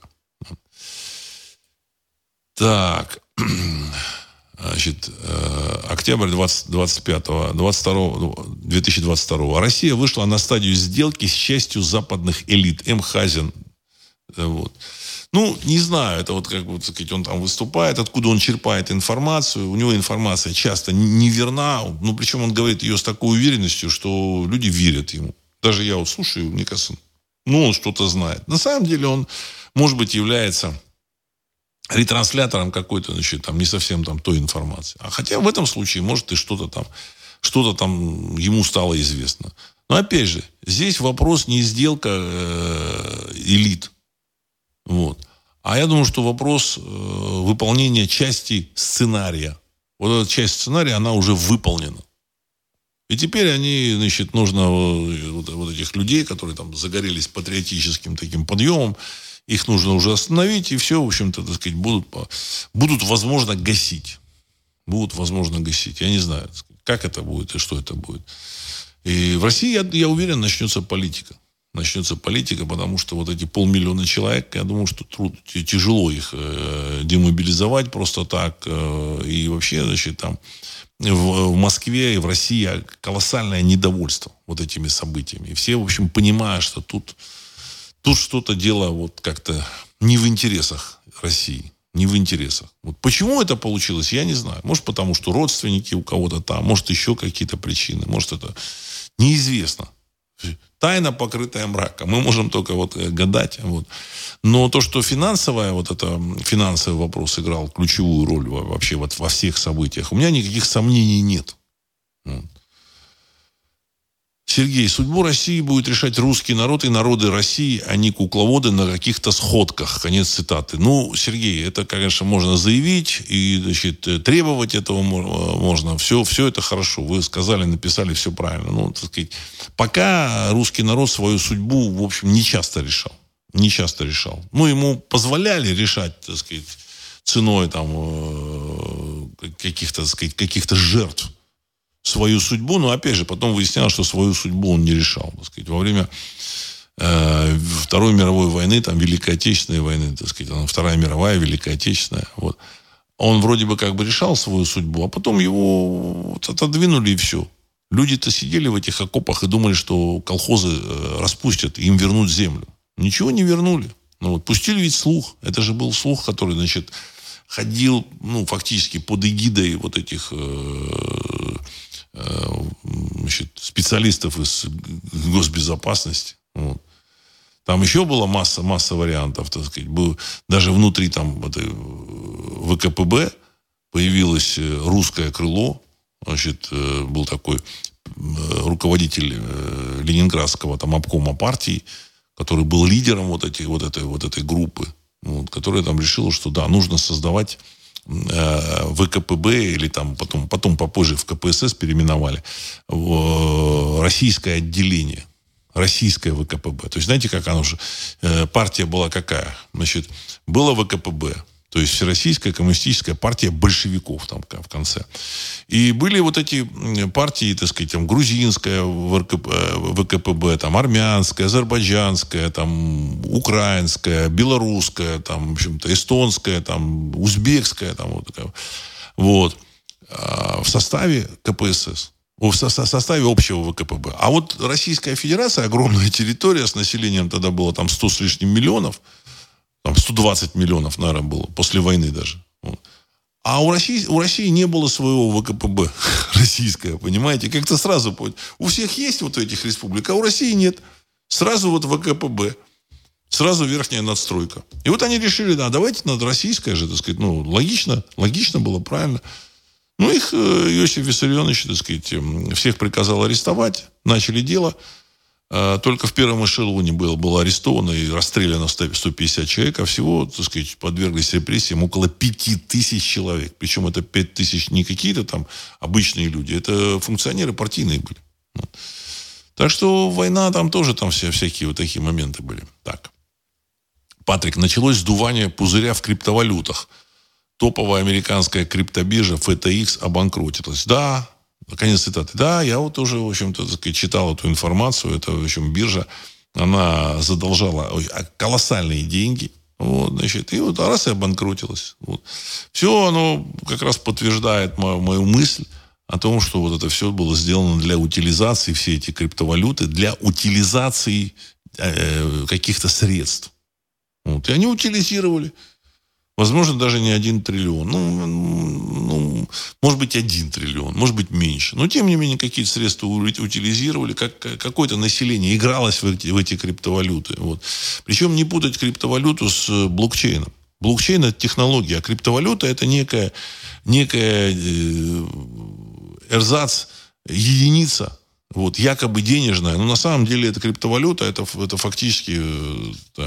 Так. Значит, октябрь двадцать пятого, двадцать второго, две тысячи двадцать второго. Россия вышла на стадию сделки с частью западных элит. М. Хазин. Вот. Ну, не знаю, это вот как бы, так сказать, он там выступает, откуда он черпает информацию. У него информация часто неверна. Ну, причем он говорит ее с такой уверенностью, что люди верят ему. Даже я вот слушаю, мне кажется, ну, он что-то знает. На самом деле он, может быть, является ретранслятором какой-то, значит, там, не совсем там той информации. А хотя в этом случае, может, и что-то там, что-то там ему стало известно. Но, опять же, здесь вопрос не сделка э, элит. Вот. А я думаю, что вопрос э, выполнения части сценария. Вот эта часть сценария, она уже выполнена. И теперь они, значит, нужно вот, вот этих людей, которые там загорелись патриотическим таким подъемом, их нужно уже остановить, и все, в общем-то, так сказать, будут, будут, возможно, гасить. Будут, возможно, гасить. Я не знаю, как это будет и что это будет. И в России, я, я уверен, начнется политика. Начнется политика, потому что вот эти полмиллиона человек, я думаю, что труд, тяжело их э, демобилизовать просто так. Э, и вообще, значит, там в, в Москве и в России колоссальное недовольство вот этими событиями. И все, в общем, понимают, что тут... Тут что-то дело вот как-то не в интересах России. Не в интересах. Вот почему это получилось, я не знаю. Может, потому что родственники у кого-то там, может, еще какие-то причины, может, это неизвестно. Тайна, покрытая мраком. Мы можем только вот гадать. Вот. Но то, что финансовая, вот это финансовый вопрос играл ключевую роль вообще вот во всех событиях, у меня никаких сомнений нет. Вот. Сергей, судьбу России будет решать русский народ и народы России, а не кукловоды на каких-то сходках. Конец цитаты. Ну, Сергей, это, конечно, можно заявить и, значит, требовать этого можно. Все, все это хорошо. Вы сказали, написали, все правильно. Ну, так сказать, пока русский народ свою судьбу, в общем, не часто решал. Не часто решал. Ну, ему позволяли решать, так сказать, ценой там каких-то, так сказать, каких-то жертв свою судьбу, но опять же потом выяснялось, что свою судьбу он не решал. Так сказать, во время э, Второй мировой войны, там, Великой Отечественной войны, так сказать, Вторая мировая, Великая Отечественная, вот, он вроде бы как бы решал свою судьбу, а потом его вот отодвинули и все. Люди-то сидели в этих окопах и думали, что колхозы э, распустят, им вернут землю. Ничего не вернули. Ну, вот, пустили ведь слух. Это же был слух, который, значит, ходил, ну, фактически под эгидой вот этих э, значит, специалистов из госбезопасности. Вот. Там еще была масса, масса вариантов, так сказать. Был, даже внутри там этой ВКПБ появилось русское крыло. Значит, был такой руководитель ленинградского там обкома партии, который был лидером вот, эти, вот, этой, вот этой группы, вот, которая там решила, что да, нужно создавать ВКПБ, или там потом, потом попозже в КПСС переименовали, российское отделение. Российское ВКПБ. То есть, знаете, как оно же... Партия была какая? Значит, было ВКПБ. То есть, Всероссийская коммунистическая партия большевиков там в конце. И были вот эти партии, так сказать, там, грузинская ВКПБ, там, армянская, азербайджанская, там, украинская, белорусская, там, в общем-то, эстонская, там, узбекская, там, вот такая. Вот. В составе КПСС. В составе общего ВКПБ. А вот Российская Федерация, огромная территория, с населением тогда было там сто с лишним миллионов, там сто двадцать миллионов, наверное, было, после войны даже. Вот. А у России, у России не было своего ВКПБ российское, понимаете? Как-то сразу, у всех есть вот этих республик, а у России нет. Сразу вот ВКПБ. Сразу верхняя надстройка. И вот они решили, да, давайте надо российское же, так сказать, ну, логично, логично было, правильно. Ну, их Иосиф Виссарионович, так сказать, всех приказал арестовать, начали дело. Только в первом эшелоне было, было арестовано и расстреляно сто пятьдесят человек, а всего, так сказать, подверглись репрессиям около пяти тысяч человек. Причем это пять тысяч не какие-то там обычные люди, это функционеры партийные были. Вот. Так что война там тоже, там все, всякие вот такие моменты были. Так. Патрик, началось сдувание пузыря в криптовалютах. Топовая американская криптобиржа эф ти экс обанкротилась. Да, конец цитаты. Да, я вот уже, в общем-то, так сказать, читал эту информацию. Это, в общем, биржа, она задолжала колоссальные деньги. Вот, значит, и вот раз и обанкротилась. Вот. Все оно как раз подтверждает мою, мою мысль о том, что вот это все было сделано для утилизации, все эти криптовалюты, для утилизации э, каких-то средств. Вот. И они утилизировали. Возможно, даже не один триллион. Ну, ну, может быть, один триллион, может быть, меньше. Но, тем не менее, какие-то средства утилизировали, как, какое-то население игралось в эти, в эти криптовалюты. Вот. Причем не путать криптовалюту с блокчейном. Блокчейн – это технология, а криптовалюта – это некая, некая э, эрзац, единица, вот, якобы денежная. Но на самом деле это криптовалюта, это, это фактически... Это,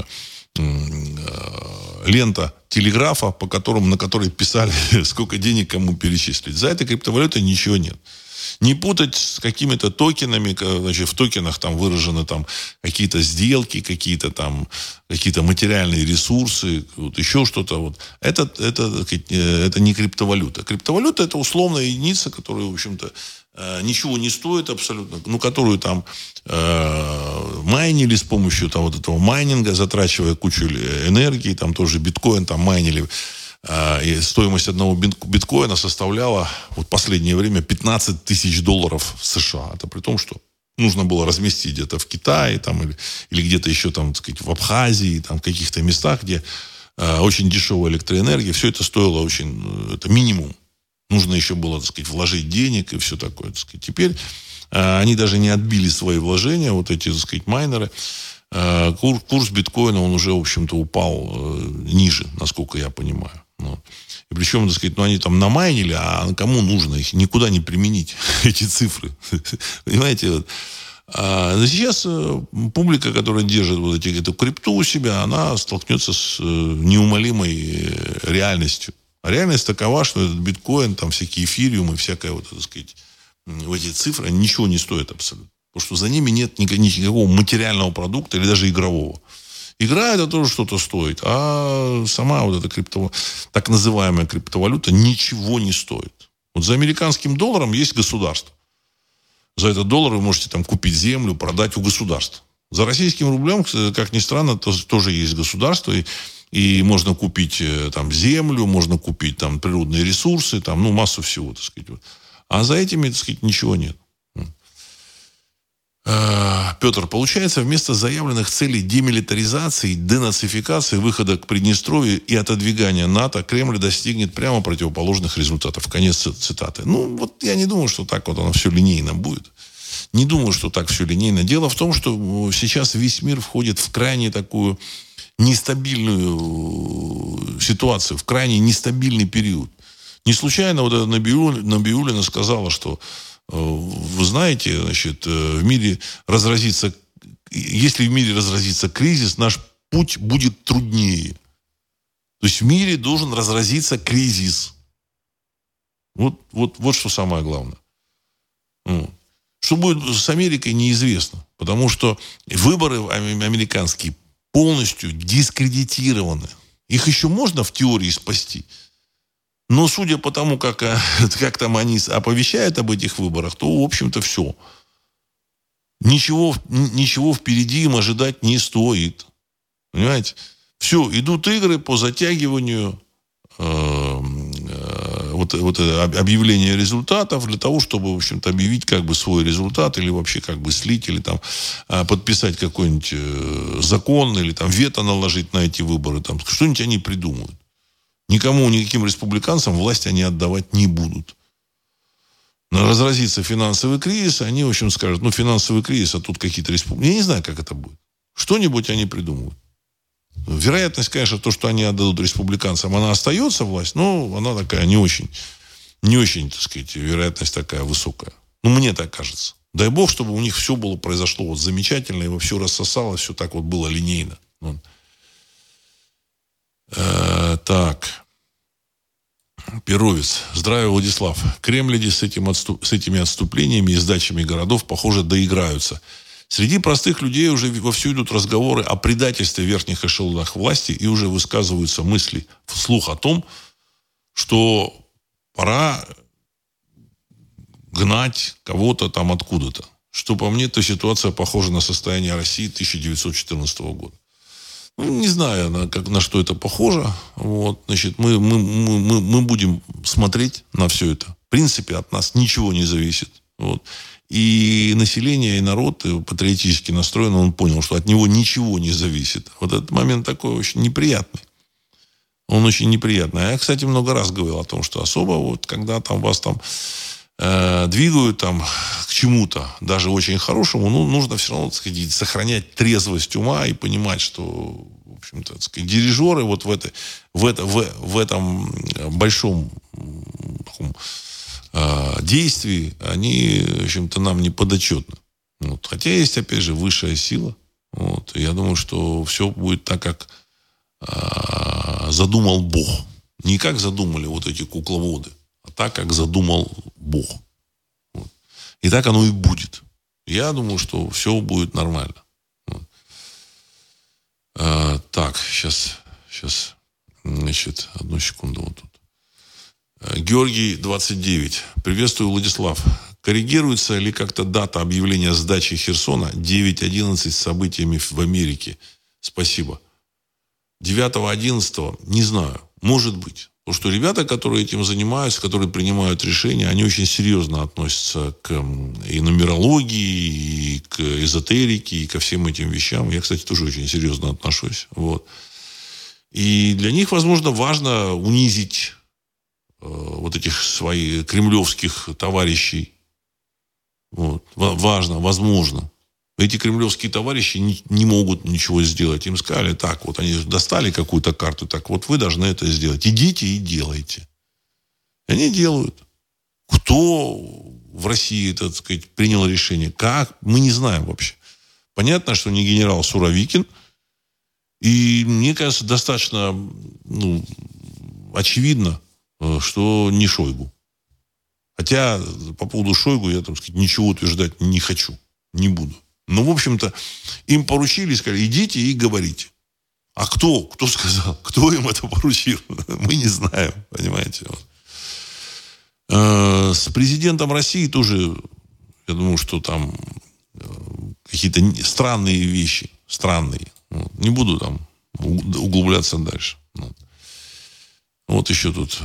лента телеграфа, по которому, на которой писали, сколько денег кому перечислить. За этой криптовалютой ничего нет. Не путать с какими-то токенами, значит, в токенах там выражены там какие-то сделки, какие-то там какие-то материальные ресурсы, вот еще что-то. Вот. Это, это, это не криптовалюта. Криптовалюта – это условная единица, которая, в общем-то, ничего не стоит абсолютно, ну, которую там э, майнили с помощью там, вот этого майнинга, затрачивая кучу энергии, там тоже биткоин там майнили. Э, и стоимость одного биткоина составляла вот последнее время пятнадцать тысяч долларов США. Это при том, что нужно было разместить где-то в Китае там, или, или где-то еще там, так сказать, в Абхазии, там, в каких-то местах, где э, очень дешевая электроэнергия. Все это стоило очень... Это минимум. Нужно еще было, так сказать, вложить денег и все такое. Так сказать. Теперь э, они даже не отбили свои вложения, вот эти, так сказать, майнеры. Э, курс, курс биткоина, он уже, в общем-то, упал э, ниже, насколько я понимаю. Ну. И причем, так сказать, ну, они там намайнили, а кому нужно их никуда не применить, эти цифры. Понимаете? Вот. А сейчас публика, которая держит вот эти, эту крипту у себя, она столкнется с неумолимой реальностью. А реальность такова, что этот биткоин, там всякие эфириумы, всякое вот, так сказать, эти цифры, они ничего не стоят абсолютно. Потому что за ними нет никакого материального продукта или даже игрового. Игра это тоже что-то стоит, а сама вот эта крипто, так называемая криптовалюта ничего не стоит. Вот за американским долларом есть государство. За этот доллар вы можете там купить землю, продать у государства. За российским рублем, как ни странно, тоже есть государство, и, и можно купить там землю, можно купить там природные ресурсы, там, ну, массу всего, так сказать. А за этими, так сказать, ничего нет. Петр, получается, вместо заявленных целей демилитаризации, денацификации, выхода к Приднестровью и отодвигания НАТО, Кремль достигнет прямо противоположных результатов. Конец цитаты. Ну, вот я не думаю, что так вот оно все линейно будет. Не думаю, что так все линейно. Дело в том, что сейчас весь мир входит в крайне такую нестабильную ситуацию, в крайне нестабильный период. Не случайно вот эта Набиуллина сказала, что вы знаете, значит, в мире разразится, если в мире разразится кризис, наш путь будет труднее. То есть в мире должен разразиться кризис. Вот, вот, вот что самое главное. Ну, что будет с Америкой, неизвестно. Потому что выборы американские полностью дискредитированы. Их еще можно в теории спасти. Но судя по тому, как, как там они оповещают об этих выборах, то, в общем-то, все. Ничего, ничего впереди им ожидать не стоит. Понимаете? Все, идут игры по затягиванию э, э, вот, вот объявления результатов для того, чтобы, в общем-то, объявить как бы свой результат или вообще как бы слить, или там э, подписать какой-нибудь э, закон, или там вето наложить на эти выборы. Там, что-нибудь они придумают. Никому, никаким республиканцам власть они отдавать не будут. Но разразится финансовый кризис, они, в общем, скажут, ну, финансовый кризис, а тут какие-то республики. Я не знаю, как это будет. Что-нибудь они придумают. Вероятность, конечно, то, что они отдадут республиканцам, она остается, власть, но она такая не очень, не очень, так сказать, вероятность такая высокая. Ну, мне так кажется. Дай бог, чтобы у них все было, произошло вот замечательно, и все рассосалось, все так вот было линейно. Вот. Э, так. Перовец. Здравия, Владислав. Кремляди с, этим отступ... с этими отступлениями и сдачами городов, похоже, доиграются. Среди простых людей уже вовсю идут разговоры о предательстве в верхних эшелонах власти, и уже высказываются мысли вслух о том, что пора гнать кого-то там откуда-то. Что, по мне, то ситуация похожа на состояние России тысяча девятьсот четырнадцатого года. Ну, не знаю, на, как, на что это похоже. Вот, значит, мы, мы, мы, мы будем смотреть на все это. В принципе, от нас ничего не зависит. Вот. И население, и народ и патриотически настроен, он понял, что от него ничего не зависит. Вот этот момент такой очень неприятный. Он очень неприятный. А я, кстати, много раз говорил о том, что особо вот когда там вас там э, двигают там к чему-то, даже очень хорошему, ну, нужно все равно, так сказать, сохранять трезвость ума и понимать, что, в общем-то, так сказать, дирижеры вот в, это, в, это, в, в этом большом таком, э, действии, они, в общем-то, нам не подотчетны. Вот. Хотя есть, опять же, высшая сила. Вот. И я думаю, что все будет так, как э, задумал Бог. Не как задумали вот эти кукловоды, а так, как задумал Бог. Вот. И так оно и будет. Я думаю, что все будет нормально. Вот. А, так, сейчас, сейчас, значит, одну секунду вот тут. Георгий, двадцать девять. Приветствую, Владислав. Коррегируется ли как-то дата объявления сдачи Херсона девять одиннадцать с событиями в Америке? Спасибо. девятого одиннадцатого не знаю. Может быть. Потому что ребята, которые этим занимаются, которые принимают решения, они очень серьезно относятся к и нумерологии, и к эзотерике, и ко всем этим вещам. Я, кстати, тоже очень серьезно отношусь. Вот. И для них, возможно, важно унизить э, вот этих своих кремлевских товарищей. Вот. Важно, возможно. Эти кремлевские товарищи не, не могут ничего сделать. Им сказали, так, вот они достали какую-то карту, так, вот вы должны это сделать. Идите и делайте. И они делают. Кто в России, так сказать, принял решение? Как? Мы не знаем вообще. Понятно, что не генерал Суровикин. И мне кажется, достаточно ну, очевидно, что не Шойгу. Хотя по поводу Шойгу я, так сказать, ничего утверждать не хочу. Не буду. Ну, в общем-то, им поручили, сказали, идите и говорите. А кто? Кто сказал? Кто им это поручил? Мы не знаем, понимаете. С президентом России тоже, я думаю, что там какие-то странные вещи. Странные. Не буду там углубляться дальше. Вот еще тут...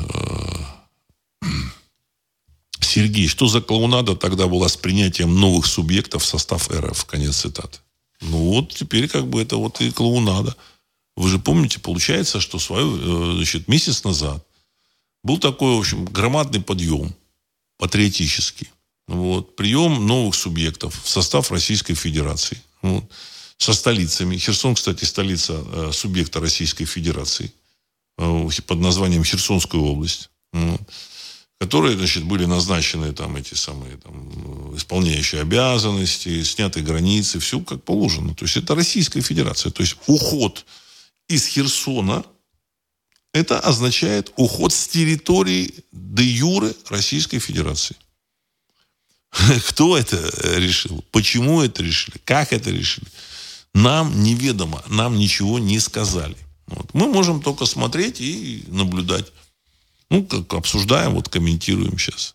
Сергей, что за клоунада тогда была с принятием новых субъектов в состав РФ? Конец цитаты. Ну вот теперь как бы это вот и клоунада. Вы же помните, получается, что свою, значит, месяц назад был такой, в общем, громадный подъем патриотический. Вот, прием новых субъектов в состав Российской Федерации. Вот, со столицами. Херсон, кстати, столица э, субъекта Российской Федерации. Э, под названием Херсонская область. Вот, которые, значит, были назначены там эти самые там, исполняющие обязанности, сняты границы, все как положено. То есть это Российская Федерация. То есть уход из Херсона, это означает уход с территории де юре Российской Федерации. Кто это решил? Почему это решили? Как это решили? Нам неведомо, нам ничего не сказали. Вот. Мы можем только смотреть и наблюдать. Ну, как обсуждаем, вот комментируем сейчас.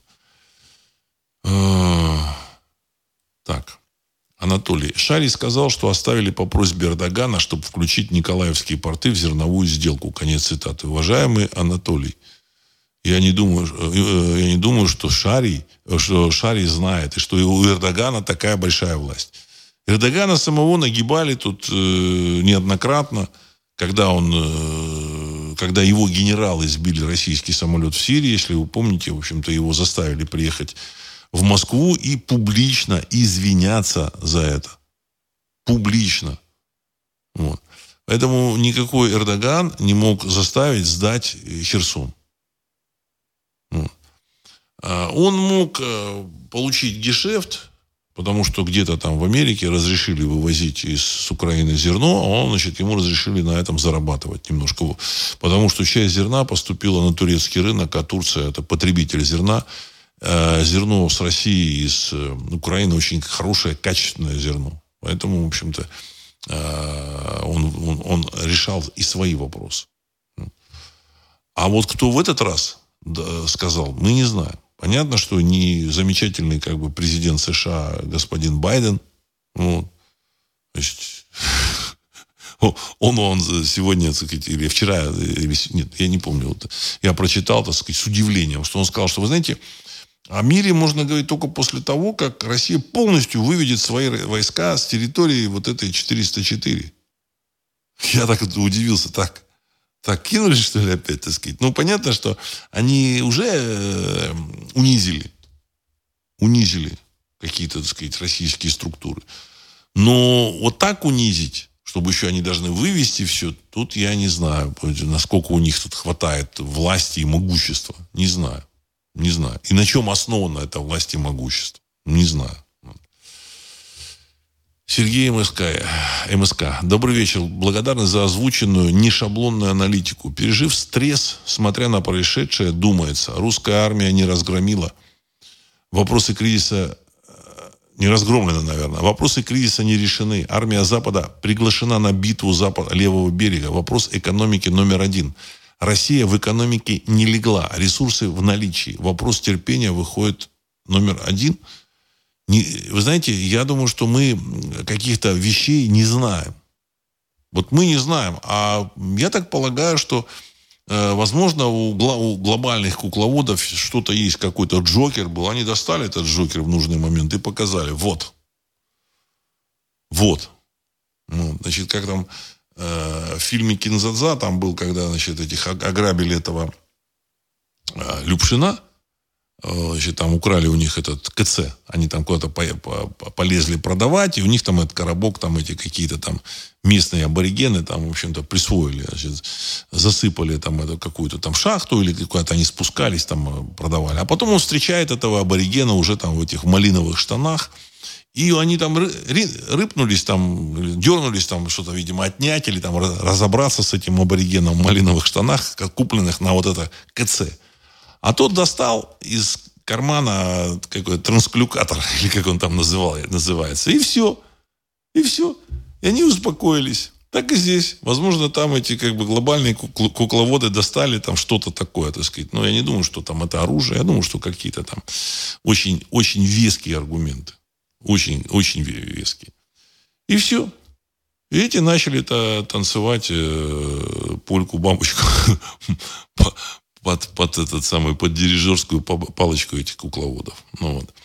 Так. Анатолий. Шарий сказал, что оставили по просьбе Эрдогана, чтобы включить Николаевские порты в зерновую сделку. Конец цитаты. Уважаемый Анатолий, я не думаю, я не думаю, что Шарий, что Шарий знает, и что у Эрдогана такая большая власть. Эрдогана самого нагибали тут неоднократно, когда он, когда его генералы сбили российский самолет в Сирии, если вы помните, в общем-то, его заставили приехать в Москву и публично извиняться за это. Публично. Вот. Поэтому никакой Эрдоган не мог заставить сдать Херсон. Вот. Он мог получить гешефт, потому что где-то там в Америке разрешили вывозить из Украины зерно, а он, значит, ему разрешили на этом зарабатывать немножко. Потому что часть зерна поступила на турецкий рынок, а Турция – это потребитель зерна. Зерно с России и с Украины очень хорошее, качественное зерно. Поэтому, в общем-то, он, он, он решал и свои вопросы. А вот кто в этот раз сказал, мы не знаем. Понятно, что не замечательный как бы президент США господин Байден. Вот. То есть, он, он сегодня, так сказать, или вчера, или, нет, я не помню, вот, я прочитал, так сказать, с удивлением, что он сказал, что, вы знаете, о мире можно говорить только после того, как Россия полностью выведет свои войска с территории вот этой четыреста четыре. Я так удивился, так. Так, кинули, что ли, опять, так сказать? Ну, понятно, что они уже э, унизили. Унизили какие-то, так сказать, российские структуры. Но вот так унизить, чтобы еще они должны вывести все, тут я не знаю, насколько у них тут хватает власти и могущества. Не знаю. Не знаю. И на чем основана эта власть и могущество? Не знаю. Сергей МСК. МСК. Добрый вечер. Благодарны за озвученную нешаблонную аналитику. Пережив стресс, смотря на происшедшее, думается, русская армия не разгромила. Вопросы кризиса не разгромлены, наверное. Вопросы кризиса не решены. Армия Запада приглашена на битву Запада, левого берега. Вопрос экономики номер один. Россия в экономике не легла. Ресурсы в наличии. Вопрос терпения выходит номер один. Не, вы знаете, я думаю, что мы каких-то вещей не знаем. Вот мы не знаем. А я так полагаю, что возможно, у, гла- у глобальных кукловодов что-то есть, какой-то Джокер был. Они достали этот Джокер в нужный момент и показали. Вот. Вот. Ну, значит, как там э, в фильме «Кинзадза» там был, когда, значит, этих ограбили этого э, Любшина. Значит, там украли у них этот КЦ. Они там куда-то по, по, полезли продавать, и у них там этот коробок, там эти какие-то там местные аборигены там, в общем-то, присвоили. Значит, засыпали там эту какую-то там шахту, или куда-то они спускались, там продавали. А потом он встречает этого аборигена уже там в этих малиновых штанах. И они там рыпнулись, там, дернулись, там, что-то, видимо, отнять или там разобраться с этим аборигеном в малиновых штанах, купленных на вот это КЦ. А тот достал из кармана какой-то трансклюкатор, или как он там называл, называется. И все. И все. И они успокоились. Так и здесь. Возможно, там эти как бы глобальные кукловоды достали там что-то такое, так сказать. Но я не думаю, что там это оружие. Я думаю, что какие-то там очень, очень веские аргументы. Очень, очень веские. И все. И эти начали танцевать э, польку-бабочку под, под этот самый, под дирижерскую палочку этих кукловодов. Ну, вот.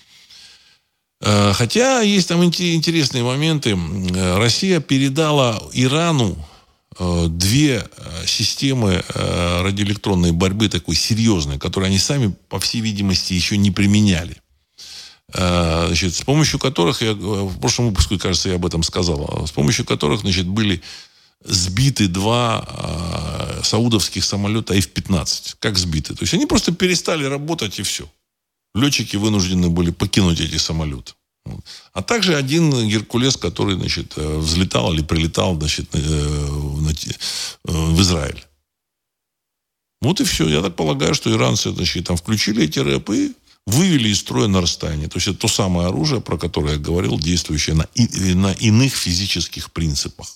Хотя есть там интересные моменты. Россия передала Ирану две системы радиоэлектронной борьбы такой серьезной, которые они сами, по всей видимости, еще не применяли. Значит, с помощью которых, я, в прошлом выпуске, кажется, я об этом сказал, с помощью которых, значит, были сбиты два э, саудовских самолета эф пятнадцать. Как сбиты? То есть они просто перестали работать, и все. Летчики вынуждены были покинуть эти самолеты. Вот. А также один Геркулес, который, значит, взлетал или прилетал, значит, э, на, э, в Израиль. Вот и все. Я так полагаю, что иранцы, значит, там включили эти рэп и вывели из строя на расстоянии. То есть это то самое оружие, про которое я говорил, действующее на, и, на иных физических принципах.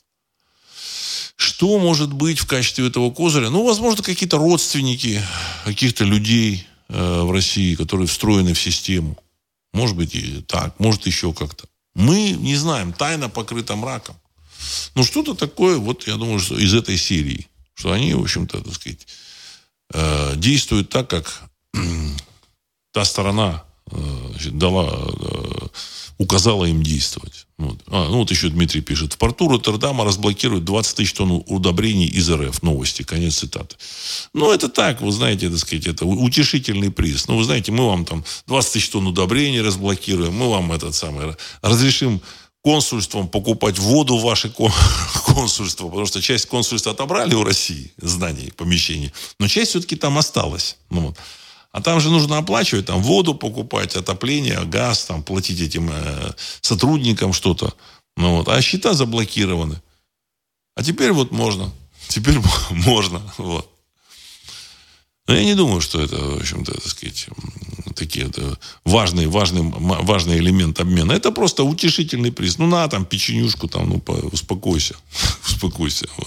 Что может быть в качестве этого козыря? Ну, возможно, какие-то родственники каких-то людей э, в России, которые встроены в систему. Может быть, и так, может, еще как-то. Мы не знаем, тайна покрыта мраком. Ну, что-то такое, вот, я думаю, что из этой серии. Что они, в общем-то, так сказать, э, действуют так, как э, та сторона э, значит, дала, э, указала им действовать. Вот. А, ну, вот еще Дмитрий пишет. В порту Роттердама разблокируют двадцать тысяч тонн удобрений из РФ. Новости. Конец цитаты. Ну, это так, вы знаете, так сказать, это утешительный приз. Ну, вы знаете, мы вам там двадцать тысяч тонн удобрений разблокируем, мы вам этот самый разрешим консульством покупать воду в ваше консульство, потому что часть консульства отобрали у России, зданий, помещений, но часть все-таки там осталась. Ну, вот. А там же нужно оплачивать, там воду покупать, отопление, газ, там платить этим э, сотрудникам что-то. Ну, вот. А счета заблокированы. А теперь вот можно. Теперь можно. Вот. Но я не думаю, что это, в общем-то, так сказать, такие это важный, важный, важный элемент обмена. Это просто утешительный приз. Ну, на, там, печенюшку, там, ну, успокойся. Успокойся. Вот.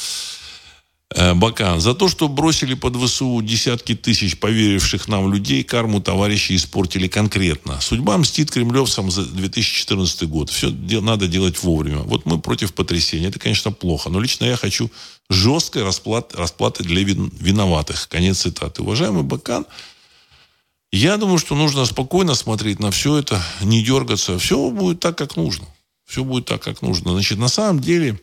Бакан. За то, что бросили под ВСУ десятки тысяч поверивших нам людей, карму товарищи испортили конкретно. Судьба мстит кремлевцам за две тысячи четырнадцатый год. Все надо делать вовремя. Вот мы против потрясения. Это, конечно, плохо. Но лично я хочу жесткой расплаты, расплаты для виноватых. Конец цитаты. Уважаемый Бакан, я думаю, что нужно спокойно смотреть на все это, не дергаться. Все будет так, как нужно. Все будет так, как нужно. Значит, на самом деле,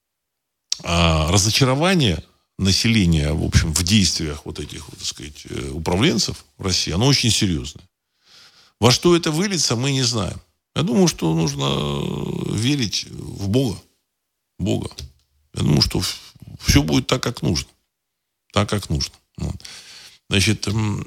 разочарование населения, в общем, в действиях вот этих, вот, так сказать, управленцев в России, оно очень серьезное. Во что это выльется, мы не знаем. Я думаю, что нужно верить в Бога. Бога. Я думаю, что все будет так, как нужно. Так, как нужно. Вот. Значит,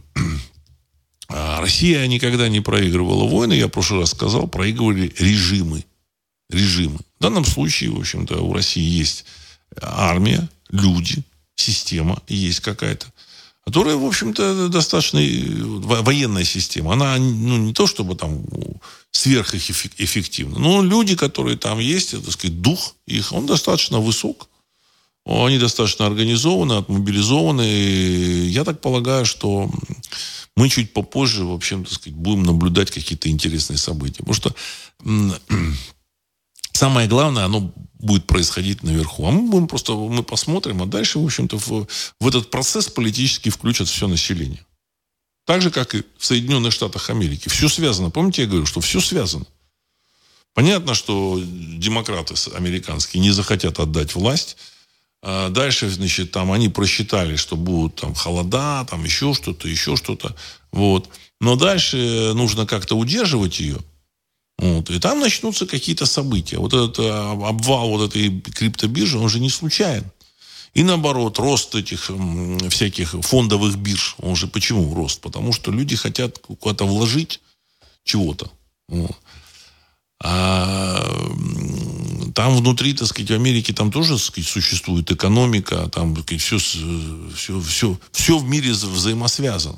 Россия никогда не проигрывала войны. Я в прошлый раз сказал, проигрывали режимы. Режимы. В данном случае, в общем-то, у России есть армия, люди, система есть какая-то, которая, в общем-то, достаточно военная система. Она, ну, не то чтобы там сверхэффективна, но люди, которые там есть, так сказать, дух их, он достаточно высок. Они достаточно организованы, отмобилизованы. И я так полагаю, что мы чуть попозже, в общем, так сказать, будем наблюдать какие-то интересные события. Потому что Самое главное, оно будет происходить наверху. А мы будем просто, мы посмотрим, а дальше, в общем-то, в, в этот процесс политически включат все население. Так же, как и в Соединенных Штатах Америки. Все связано. Помните, я говорю, что все связано. Понятно, что демократы американские не захотят отдать власть. А дальше, значит, там они просчитали, что будут там холода, там еще что-то, еще что-то. Вот. Но дальше нужно как-то удерживать ее. Вот. И там начнутся какие-то события. Вот этот обвал вот этой криптобиржи, он же не случайен. И наоборот, рост этих м, всяких фондовых бирж, он же почему рост? Потому что люди хотят куда-то вложить чего-то. Вот. А там внутри, так сказать, в Америке там тоже, так сказать, существует экономика, там, так сказать, все, все, все, все в мире взаимосвязано.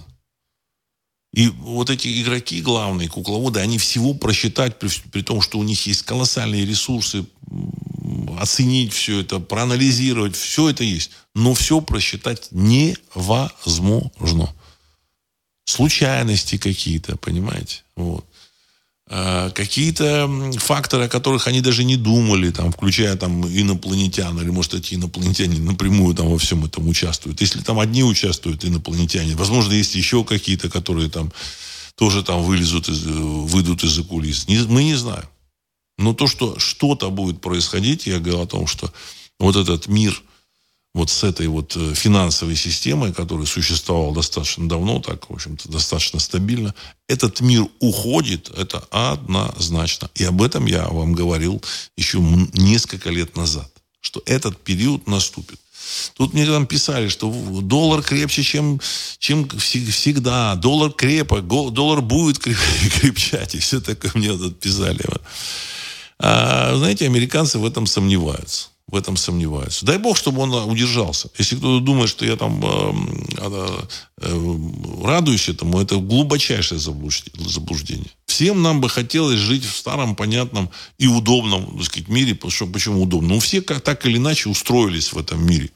И вот эти игроки главные, кукловоды, они всего просчитать, при, при том, что у них есть колоссальные ресурсы, оценить все это, проанализировать, все это есть. Но все просчитать невозможно. Случайности какие-то, понимаете? Вот. А какие-то факторы, о которых они даже не думали, там, включая там, инопланетян, или, может, эти инопланетяне напрямую там, во всем этом участвуют. Если там одни участвуют, инопланетяне, возможно, есть еще какие-то, которые там тоже там вылезут, из, выйдут из-за кулис. Не, мы не знаем. Но то, что что-то будет происходить, я говорил о том, что вот этот мир вот с этой вот финансовой системой, которая существовала достаточно давно, так, в общем-то, достаточно стабильно, этот мир уходит, это однозначно. И об этом я вам говорил еще несколько лет назад, что этот период наступит. Тут мне там писали, что доллар крепче, чем, чем всегда. Доллар крепок, доллар будет крепчать. И все такое мне тут писали. А, знаете, американцы в этом сомневаются. В этом сомневаются. Дай бог, чтобы он удержался. Если кто-то думает, что я там э, э, радуюсь этому, это глубочайшее заблуждение. Всем нам бы хотелось жить в старом, понятном и удобном, так сказать, мире. Почему удобно? Ну, все как, так или иначе устроились в этом мире.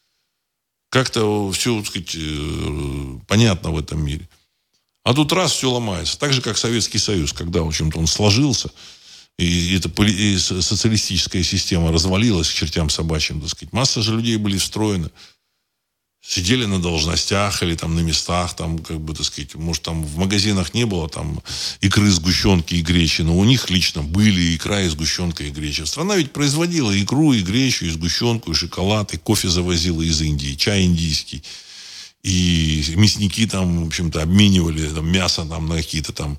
Как-то все, так сказать, э, понятно в этом мире. А тут раз все ломается. Так же, как Советский Союз, когда, в общем-то, он сложился, и эта и социалистическая система развалилась к чертям собачьим, так сказать. Масса же людей были встроены. Сидели на должностях или там на местах, там, как бы, так сказать, может, там в магазинах не было там икры, сгущенки и гречи, но у них лично были икра, и сгущенка, и греча. Страна ведь производила икру, и гречу, и сгущенку, и шоколад, и кофе завозила из Индии, чай индийский. И мясники там, в общем-то, обменивали там, мясо там, на какие-то там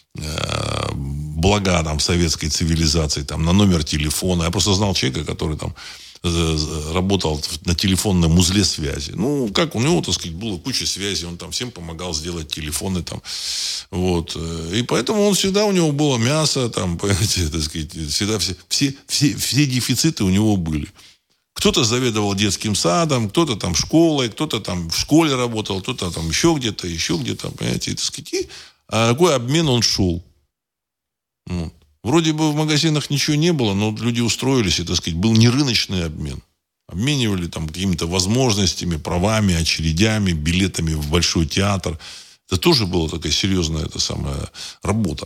блага там советской цивилизации, там, на номер телефона. Я просто знал человека, который там работал на телефонном узле связи. Ну, как у него, так сказать, было куча связей, он там всем помогал сделать телефоны там. Вот. И поэтому он всегда, у него было мясо, там, понимаете, так сказать, всегда все, все, все, все дефициты у него были. Кто-то заведовал детским садом, кто-то там школой, кто-то там в школе работал, кто-то там еще где-то, еще где-то, понимаете, так сказать. И а какой обмен он шел? Вот. Вроде бы в магазинах ничего не было, но люди устроились, и, так сказать, был не рыночный обмен. Обменивали там какими-то возможностями, правами, очередями, билетами в Большой театр. Это тоже была такая серьезная эта самая работа.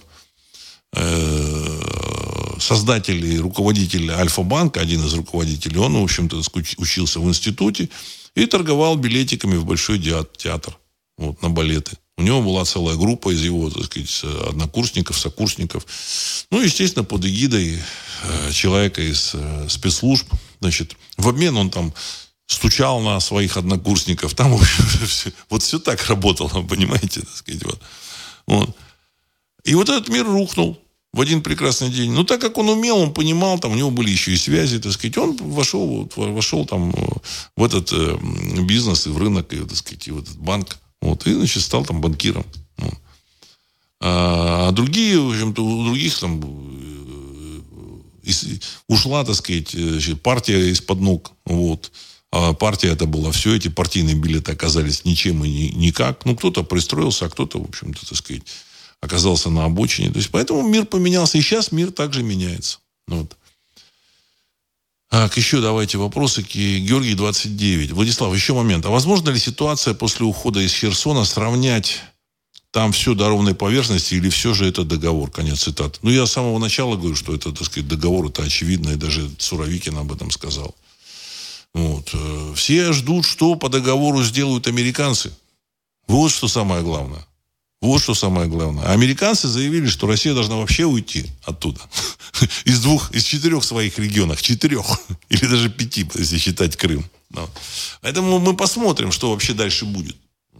Создатель и руководитель Альфа-банка, один из руководителей, он, в общем-то, учился в институте и торговал билетиками в Большой театр, вот, на балеты. У него была целая группа из его, так сказать, однокурсников, сокурсников. Ну, естественно, под эгидой человека из спецслужб. Значит, в обмен он там стучал на своих однокурсников. Там, в общем, все, вот все так работало, понимаете, так сказать, вот. Вот. И вот этот мир рухнул в один прекрасный день. Ну, так как он умел, он понимал, там у него были еще и связи, так сказать, он вошел, вошел там в этот бизнес и в рынок, и, так сказать, и в этот банк. Вот, и, значит, стал там банкиром. Вот. А, а другие, в общем-то, у других там из, ушла, так сказать, партия из-под ног. Вот. А партия это была все, эти партийные билеты оказались ничем и ни, никак. Ну, кто-то пристроился, а кто-то, в общем-то, так сказать, оказался на обочине. То есть, поэтому мир поменялся. И сейчас мир также меняется. Вот. Так, еще давайте вопросы. Георгий, двадцать девять. Владислав, еще момент. А возможно ли ситуация после ухода из Херсона сравнять там все до ровной поверхности, или все же это договор, конец цитаты. Ну, я с самого начала говорю, что это, так сказать, договор, это очевидно, и даже Суровикин об этом сказал. Вот. Все ждут, что по договору сделают американцы. Вот что самое главное. Вот что самое главное. А американцы заявили, что Россия должна вообще уйти оттуда. Из двух, из четырех своих регионов. Четырех. Или даже пяти, если считать Крым. Поэтому мы посмотрим, что вообще дальше будет.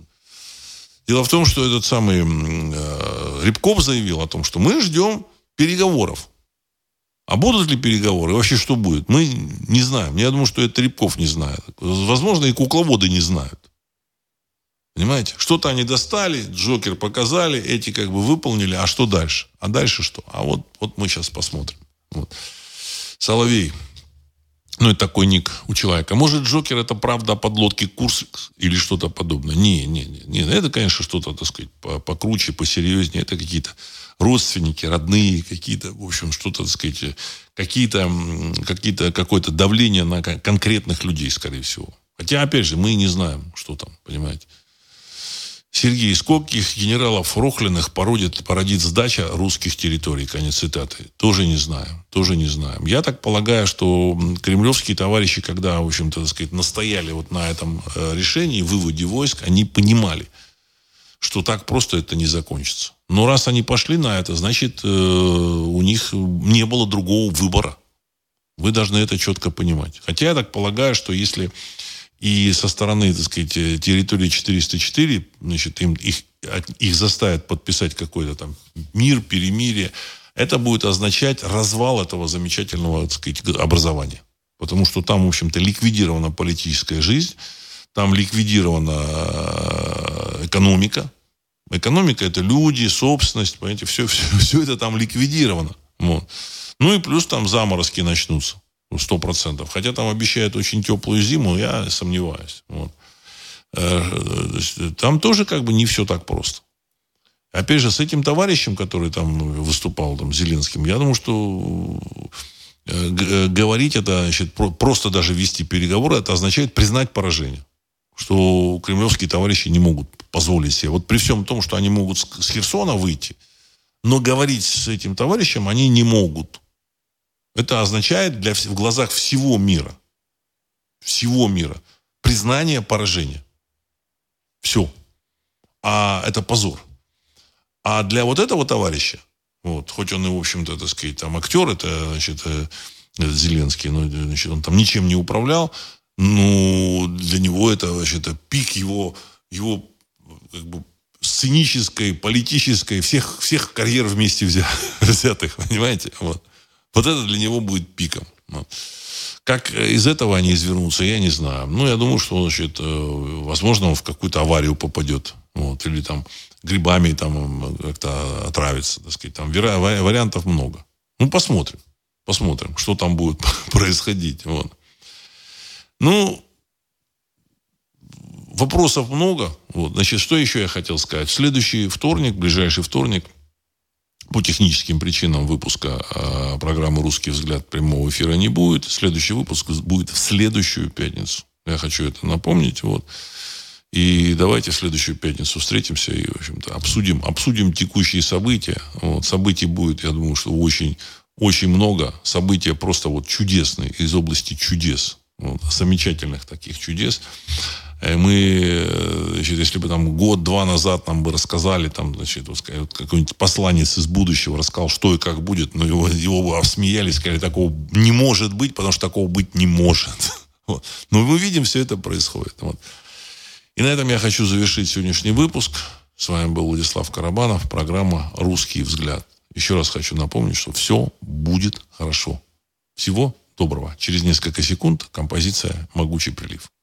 Дело в том, что этот самый э, Рябков заявил о том, что мы ждем переговоров. А будут ли переговоры? И вообще что будет? Мы не знаем. Я думаю, что это Рябков не знает. Возможно, и кукловоды не знают. Понимаете? Что-то они достали, Джокер показали, эти как бы выполнили. А что дальше? А дальше что? А вот, вот мы сейчас посмотрим. Вот. Соловей. Ну, это такой ник у человека. Может, Джокер это правда о подлодке Курск или что-то подобное? Не, не, не, не. Это, конечно, что-то, так сказать, покруче, посерьезнее. Это какие-то родственники, родные, какие-то, в общем, что-то, так сказать, какие-то, какие-то, какое-то давление на конкретных людей, скорее всего. Хотя, опять же, мы не знаем, что там, понимаете. Сергей, скольких генералов Рохлиных породит, породит сдача русских территорий? Конец цитаты. Тоже не знаем. Тоже не знаем. Я так полагаю, что кремлевские товарищи, когда, в общем-то, так сказать, настояли вот на этом решении, выводе войск, они понимали, что так просто это не закончится. Но раз они пошли на это, значит, у них не было другого выбора. Вы должны это четко понимать. Хотя я так полагаю, что если... И со стороны, так сказать, территории четыреста четыре, значит, им, их, их заставят подписать какой-то там мир, перемирие. Это будет означать развал этого замечательного, так сказать, образования. Потому что там, в общем-то, ликвидирована политическая жизнь, там ликвидирована экономика. Экономика – это люди, собственность, понимаете, все, все, все это там ликвидировано. Вот. Ну и плюс там заморозки начнутся. Сто процентов. Хотя там обещают очень теплую зиму, я сомневаюсь. Вот. Там тоже как бы не все так просто. Опять же, с этим товарищем, который там выступал, там, Зеленским, я думаю, что говорить это, значит, просто даже вести переговоры, это означает признать поражение. Что кремлевские товарищи не могут позволить себе. Вот при всем том, что они могут с Херсона выйти, но говорить с этим товарищем они не могут. Это означает для, в глазах всего мира, всего мира, признание поражения. Все. А это позор. А для вот этого товарища, вот, хоть он и, в общем-то, так сказать, там актер, это, значит, Зеленский, но, значит, он там ничем не управлял, ну, для него это, значит, пик его, его как бы, сценической, политической, всех, всех карьер вместе взятых, понимаете, вот. Вот это для него будет пиком. Как из этого они извернутся, я не знаю. Ну, я думаю, что, значит, возможно, он в какую-то аварию попадет. Вот, или там грибами там как-то отравится. Так сказать. Там вариантов много. Ну, посмотрим. Посмотрим, что там будет происходить. Вот. Ну, вопросов много. Вот. Значит, что еще я хотел сказать? В следующий вторник, ближайший вторник, по техническим причинам выпуска э, программы «Русский взгляд» прямого эфира не будет. Следующий выпуск будет в следующую пятницу. Я хочу это напомнить. Вот. И давайте в следующую пятницу встретимся и, в общем-то, обсудим, обсудим текущие события. Вот. Событий будет, я думаю, что очень, очень много. События просто вот чудесные, из области чудес. Вот. Замечательных таких чудес. Мы, значит, если бы там год-два назад нам бы рассказали, там, значит, вот, какой-нибудь посланец из будущего рассказал, что и как будет, но его, его бы осмеяли, сказали, такого не может быть, потому что такого быть не может. Вот. Но мы видим, все это происходит. Вот. И на этом я хочу завершить сегодняшний выпуск. С вами был Владислав Карабанов, программа «Русский взгляд». Еще раз хочу напомнить, что все будет хорошо. Всего доброго. Через несколько секунд композиция «Могучий прилив».